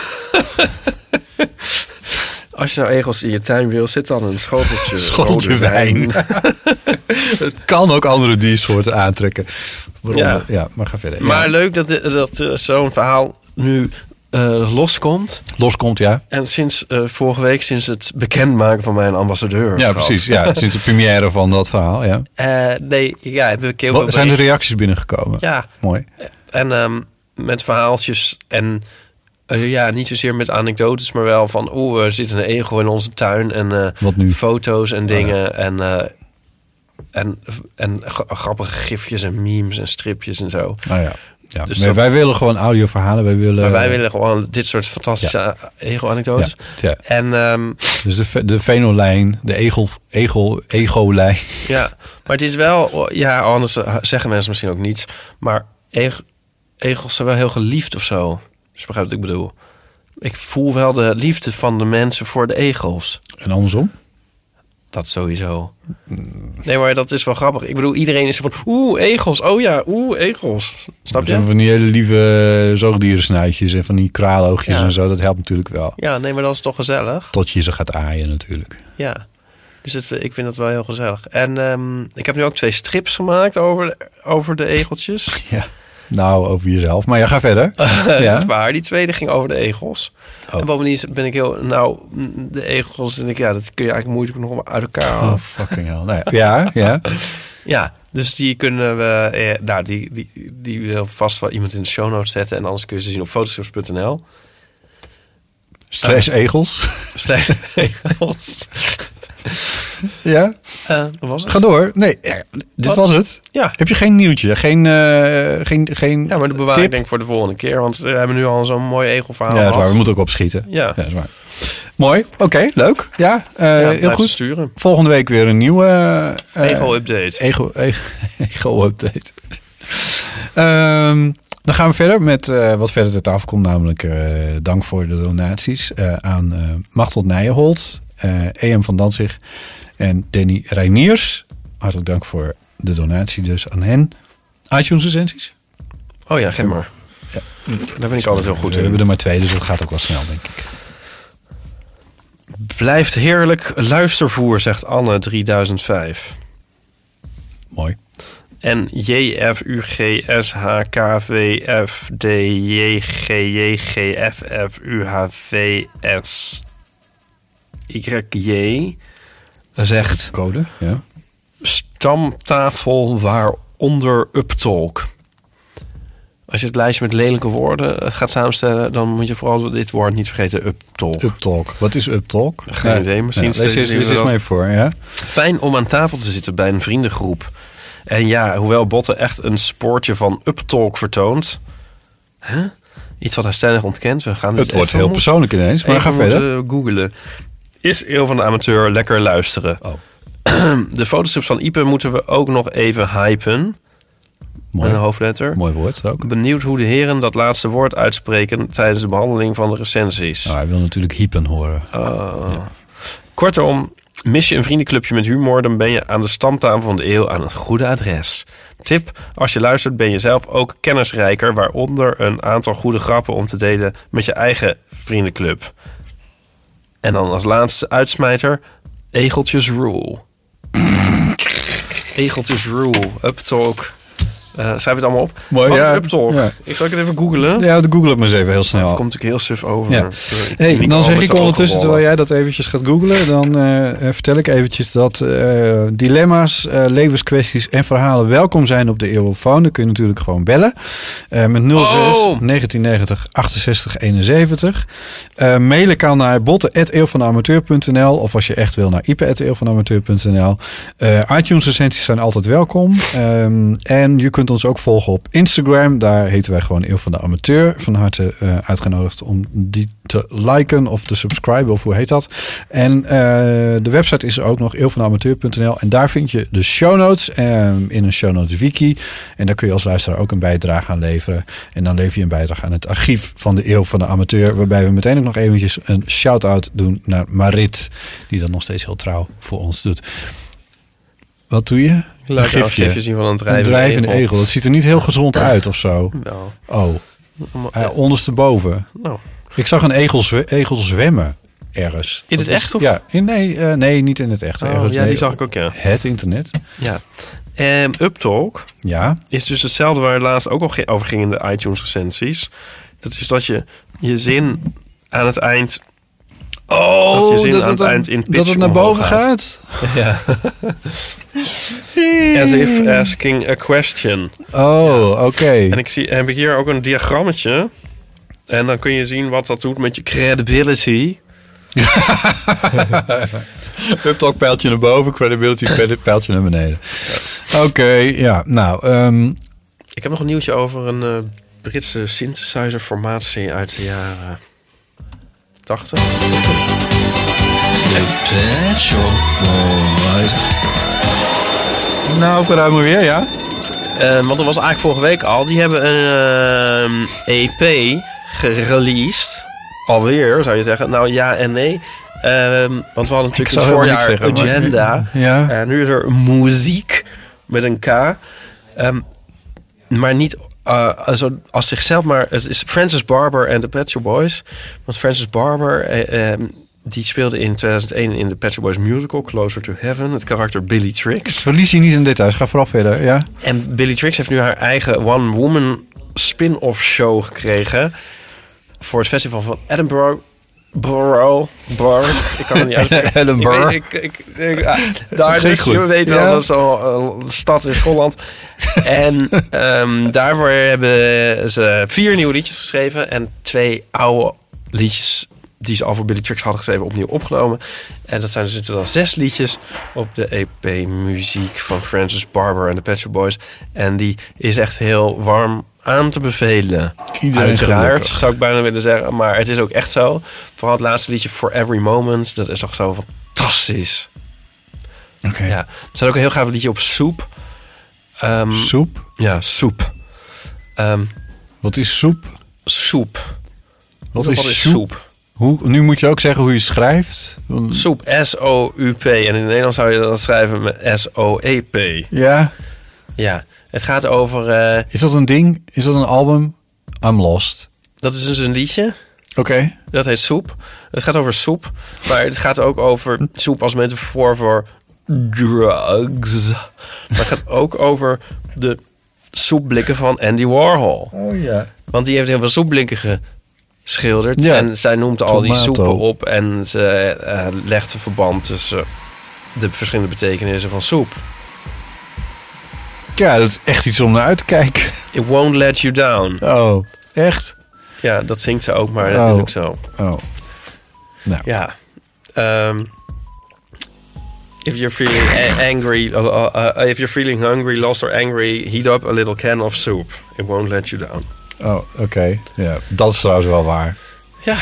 Als je nou egels in je tuin wil, zit dan een schoteltje wijn. Het kan ook andere diersoorten aantrekken. Waarom? Ja, maar ga verder. Maar leuk dat zo'n verhaal nu loskomt. Loskomt, ja. En sinds vorige week, sinds het bekendmaken van mijn ambassadeur. Ja, precies. Ja, sinds de première van dat verhaal, ja. Heb ik heel zijn de reacties binnengekomen? Ja. Mooi. En met verhaaltjes en niet zozeer met anekdotes, maar wel van er zit een egel in onze tuin en wat nu? Foto's en dingen en grappige gifjes en memes en stripjes en zo. Ja, dus wij willen gewoon audioverhalen. Wij willen gewoon dit soort fantastische ego-anekdotes. Ja. En, dus de venolijn, de ego-lijn. Ja, maar het is wel... Ja, anders zeggen mensen misschien ook niets. Maar egels zijn wel heel geliefd of zo. Dus begrijp wat ik bedoel. Ik voel wel de liefde van de mensen voor de egels. En andersom? Dat sowieso. Nee, maar dat is wel grappig. Ik bedoel, iedereen is van... egels. Oh ja, egels. Snap je? Van die hele lieve zoogdierensnuitjes en van die kraaloogjes en zo. Dat helpt natuurlijk wel. Ja, nee, maar dat is toch gezellig? Tot je ze gaat aaien natuurlijk. Ja. Dus ik vind dat wel heel gezellig. En ik heb nu ook 2 strips gemaakt over de egeltjes. Ja. Nou, over jezelf. Maar ja, ga verder. Ja. Maar die tweede ging over de egels. Oh. En bovendien ben ik heel... Nou, de egels, denk ik, dat kun je eigenlijk moeilijk nog uit elkaar halen. Oh, fucking hell. Nou ja. Ja, dus die kunnen we... die wil vast wel iemand in de show notes zetten. En anders kun je ze zien op fotostrips.nl. /egels. /egels. Ja? Dat was het. Ga door. Nee, dit was het. Ja. Heb je geen nieuwtje? Geen ja, maar de bewaar ik denk voor de volgende keer. Want we hebben nu al zo'n mooi egelverhaal. Ja, dat is waar. We moeten ook opschieten. Ja. Dat is waar. Mooi, oké, leuk. Ja, heel goed. Sturen. Volgende week weer een nieuwe... Ego-update. Ego-update. Dan gaan we verder met wat verder ter tafel komt. Namelijk dank voor de donaties aan Machteld Nijenholt, E.M. van Danzig en Danny Reiniers. Hartelijk dank voor de donatie dus aan hen. iTunes-recensies? Oh ja, geef maar. Ja. Daar ben ik altijd heel goed in. We hebben er maar 2, dus dat gaat ook wel snel, denk ik. Blijft heerlijk luistervoer, zegt Anne 3005. Mooi. En JFUGSHKVFDJGJFFUHVSYJ zegt... Code, ja. Stamtafel waaronder Uptalk. Als je het lijstje met lelijke woorden gaat samenstellen, dan moet je vooral dit woord niet vergeten, Uptalk. Uptalk. Wat is Uptalk? Geen idee. Misschien lees eens mee voor, ja. Fijn om aan tafel te zitten bij een vriendengroep. En ja, hoewel Botte echt een spoortje van Uptalk vertoont... Iets wat hij stellig ontkent. We gaan het wordt heel persoonlijk ineens, maar ga verder. Googelen. Is Eeuw van de Amateur lekker luisteren? Oh. De fotostrips van Ipe moeten we ook nog even hypen. Mooi. Met een hoofdletter. Mooi woord ook. Benieuwd hoe de heren dat laatste woord uitspreken tijdens de behandeling van de recensies. Nou, hij wil natuurlijk hypen horen. Ja. Kortom, mis je een vriendenclubje met humor, dan ben je aan de stamtafel van de eeuw aan het goede adres. Tip, als je luistert ben je zelf ook kennisrijker, waaronder een aantal goede grappen om te delen met je eigen vriendenclub. En dan als laatste uitsmijter, Egeltjes Rule. Egeltjes Rule, Uptalk. Schrijf het allemaal op. Mooi, wat ja. is Uptalk? Ja. Ik zal het even googlen. Ja, google het maar eens even heel snel. Het komt natuurlijk heel suf over. Ja. Hey, dan zeg ik ondertussen, terwijl jij dat eventjes gaat googlen, dan vertel ik eventjes dat dilemma's, levenskwesties en verhalen welkom zijn op de Eeuwofoon. Dan kun je natuurlijk gewoon bellen. Met 06 1990 68 71. Mailen kan naar botten@eeuwvanamateur.nl of als je echt wil naar ipe@eeuwvanamateur.nl. iTunes recensies zijn altijd welkom. En je kunt ons ook volgen op Instagram. Daar heten wij gewoon Eeuw van de Amateur. Van harte uitgenodigd om die te liken of te subscriben of hoe heet dat. En de website is er ook nog, eeuwvanamateur.nl. En daar vind je de show notes in een show notes wiki. En daar kun je als luisteraar ook een bijdrage aan leveren. En dan lever je een bijdrage aan het archief van de Eeuw van de Amateur. Waarbij we meteen ook nog eventjes een shout-out doen naar Marit. Die dat nog steeds heel trouw voor ons doet. Wat doe je? Ik laat een gifje zien van een drijvende egel. Dat ziet er niet heel gezond uit of zo. Wel. Oh. Ondersteboven. Nou. Ik zag een egel zwemmen ergens. In het echt? Of? Ja. Nee, niet in het echt. Ergens, die zag ik ook, ja. Het internet. Ja. Uptalk is dus hetzelfde waar het laatst ook nog over ging in de iTunes recensies. Dat is dat je zin aan het eind... dat het naar boven gaat? Ja. As if asking a question. Oh, oké. En heb ik hier ook een diagrammetje. En dan kun je zien wat dat doet met je credibility. Uptalk pijltje naar boven, credibility pijltje naar beneden. Ja. Oké, ja. Nou, ik heb nog een nieuwtje over een Britse synthesizer formatie uit de jaren 80. Pet Shop Boys. Nou, vooruit maar weer, ja. Want dat was eigenlijk vorige week al. Die hebben een EP gereleased. Alweer, zou je zeggen. Nou, ja en nee. Want we hadden natuurlijk het voorjaar agenda. Ja. En nu is er muziek met een K. Maar niet als zichzelf, maar het is Francis Barber en de Pet Shop Boys. Want Francis Barber... die speelde in 2001 in de Pet Shop Boys musical Closer to Heaven. Het karakter Billy Trix. Verlies je niet in details. Ga vooral verder, ja. En Billy Trix heeft nu haar eigen one-woman spin-off show gekregen. Voor het festival van Edinburgh. Ik kan het niet uitspreken. Edinburgh. Daar dus, je weet wel, zo'n stad in Schotland. En daarvoor hebben ze 4 nieuwe liedjes geschreven. En 2 oude liedjes die ze al voor Billy Tricks hadden geschreven, opnieuw opgenomen. En dat zijn dus dan 6 liedjes op de EP muziek van Francis Barber en de Pet Shop Boys. En die is echt heel warm aan te bevelen. Iedereen uiteraard, gelukkig. zou ik bijna willen zeggen. Maar het is ook echt zo. Vooral het laatste liedje, For Every Moment. Dat is toch zo fantastisch. Oké. Ja. Er staat ook een heel gaaf liedje op Soep. Soep? Ja, Soep. Wat is soep? Soep. Wat is soep? Nu moet je ook zeggen hoe je schrijft. Soep, S-O-U-P. En in het Nederlands zou je dat schrijven met S-O-E-P. Ja. Ja, het gaat over... Is dat een ding? Is dat een album? I'm lost. Dat is dus een liedje. Oké. Dat heet Soep. Het gaat over soep. Maar het gaat ook over soep als metafoor voor drugs. Maar het gaat ook over de soepblikken van Andy Warhol. Oh ja. Want die heeft heel veel soepblikken geschilderd. Ja. En zij noemt al die Tomato. soepen op. En ze legt een verband tussen de verschillende betekenissen van soep. Ja, dat is echt iets om naar uit te kijken. It won't let you down. Oh, echt? Ja, dat zingt ze ook, maar dat is ook zo. Oh. Nou. Ja. If you're feeling angry, if you're feeling hungry, lost or angry, heat up a little can of soup. It won't let you down. Oh, oké. Ja, dat is trouwens wel waar. Ja.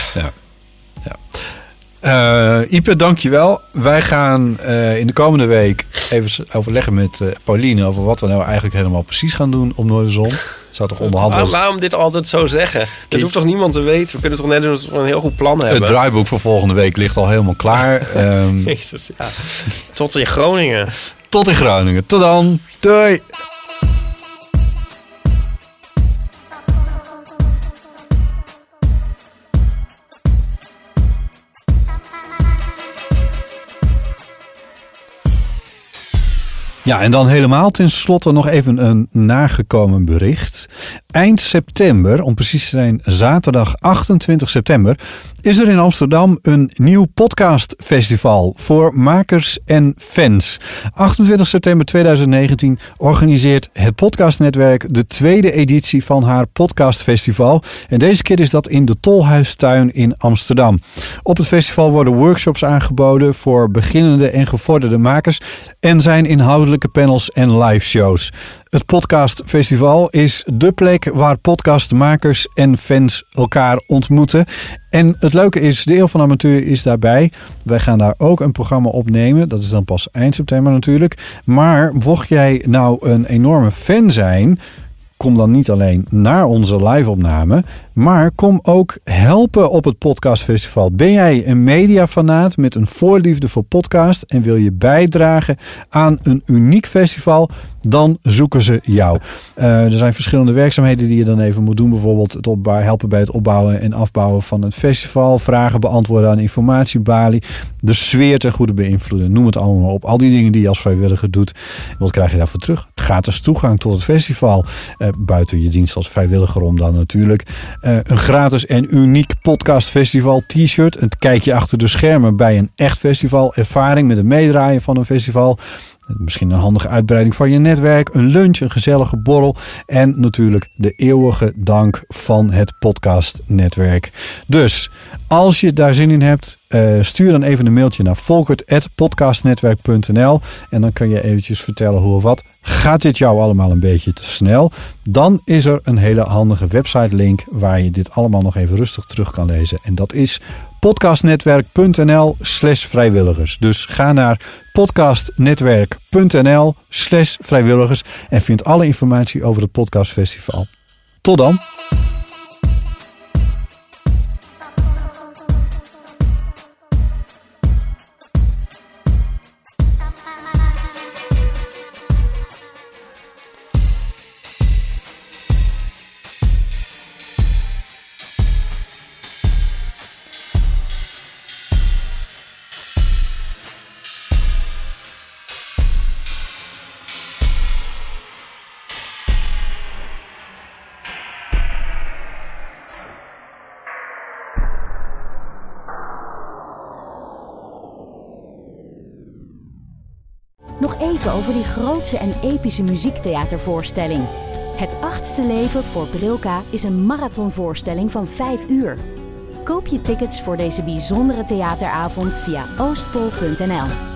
Ipe, dankjewel. Wij gaan in de komende week even overleggen met Pauline over wat we nou eigenlijk helemaal precies gaan doen op Noorderzon. Het zou toch onderhand Waarom dit altijd zo zeggen? Dat hoeft toch niemand te weten? We kunnen toch net doen dat we een heel goed plan hebben? Het draaiboek voor volgende week ligt al helemaal klaar. Jezus, ja. Tot in Groningen. Tot in Groningen. Tot dan. Doei. Ja, en dan helemaal tenslotte nog even een nagekomen bericht. Eind september, om precies te zijn zaterdag 28 september... is er in Amsterdam een nieuw podcastfestival voor makers en fans. 28 september 2019 organiseert het podcastnetwerk de 2e editie van haar podcastfestival. En deze keer is dat in de Tolhuistuin in Amsterdam. Op het festival worden workshops aangeboden voor beginnende en gevorderde makers en zijn inhoudelijke panels en live shows. Het podcastfestival is dé plek waar podcastmakers en fans elkaar ontmoeten. En het leuke is, de Eeuw van de Amateur is daarbij. Wij gaan daar ook een programma opnemen. Dat is dan pas eind september natuurlijk. Maar mocht jij nou een enorme fan zijn, kom dan niet alleen naar onze live-opname, maar kom ook helpen op het podcastfestival. Ben jij een mediafanaat met een voorliefde voor podcast en wil je bijdragen aan een uniek festival, dan zoeken ze jou. Er zijn verschillende werkzaamheden die je dan even moet doen. Bijvoorbeeld het helpen bij het opbouwen en afbouwen van het festival. Vragen beantwoorden aan informatiebalie. De sfeer ten goede beïnvloeden. Noem het allemaal op. Al die dingen die je als vrijwilliger doet. Wat krijg je daarvoor terug? Gratis toegang tot het festival. Buiten je dienst als vrijwilliger om dan natuurlijk. Een gratis en uniek podcastfestival t-shirt. Een kijkje achter de schermen bij een echt festival. Ervaring met het meedraaien van een festival. Misschien een handige uitbreiding van je netwerk, een lunch, een gezellige borrel en natuurlijk de eeuwige dank van het podcastnetwerk. Dus als je daar zin in hebt, stuur dan even een mailtje naar volkert@podcastnetwerk.nl en dan kan je eventjes vertellen hoe of wat. Gaat dit jou allemaal een beetje te snel? Dan is er een hele handige website link waar je dit allemaal nog even rustig terug kan lezen. En dat is podcastnetwerk.nl/vrijwilligers. Dus ga naar podcastnetwerk.nl/vrijwilligers en vind alle informatie over het podcastfestival. Tot dan! Nog even over die grootse en epische muziektheatervoorstelling. Het 8e leven voor Brilka is een marathonvoorstelling van 5 uur. Koop je tickets voor deze bijzondere theateravond via oostpol.nl.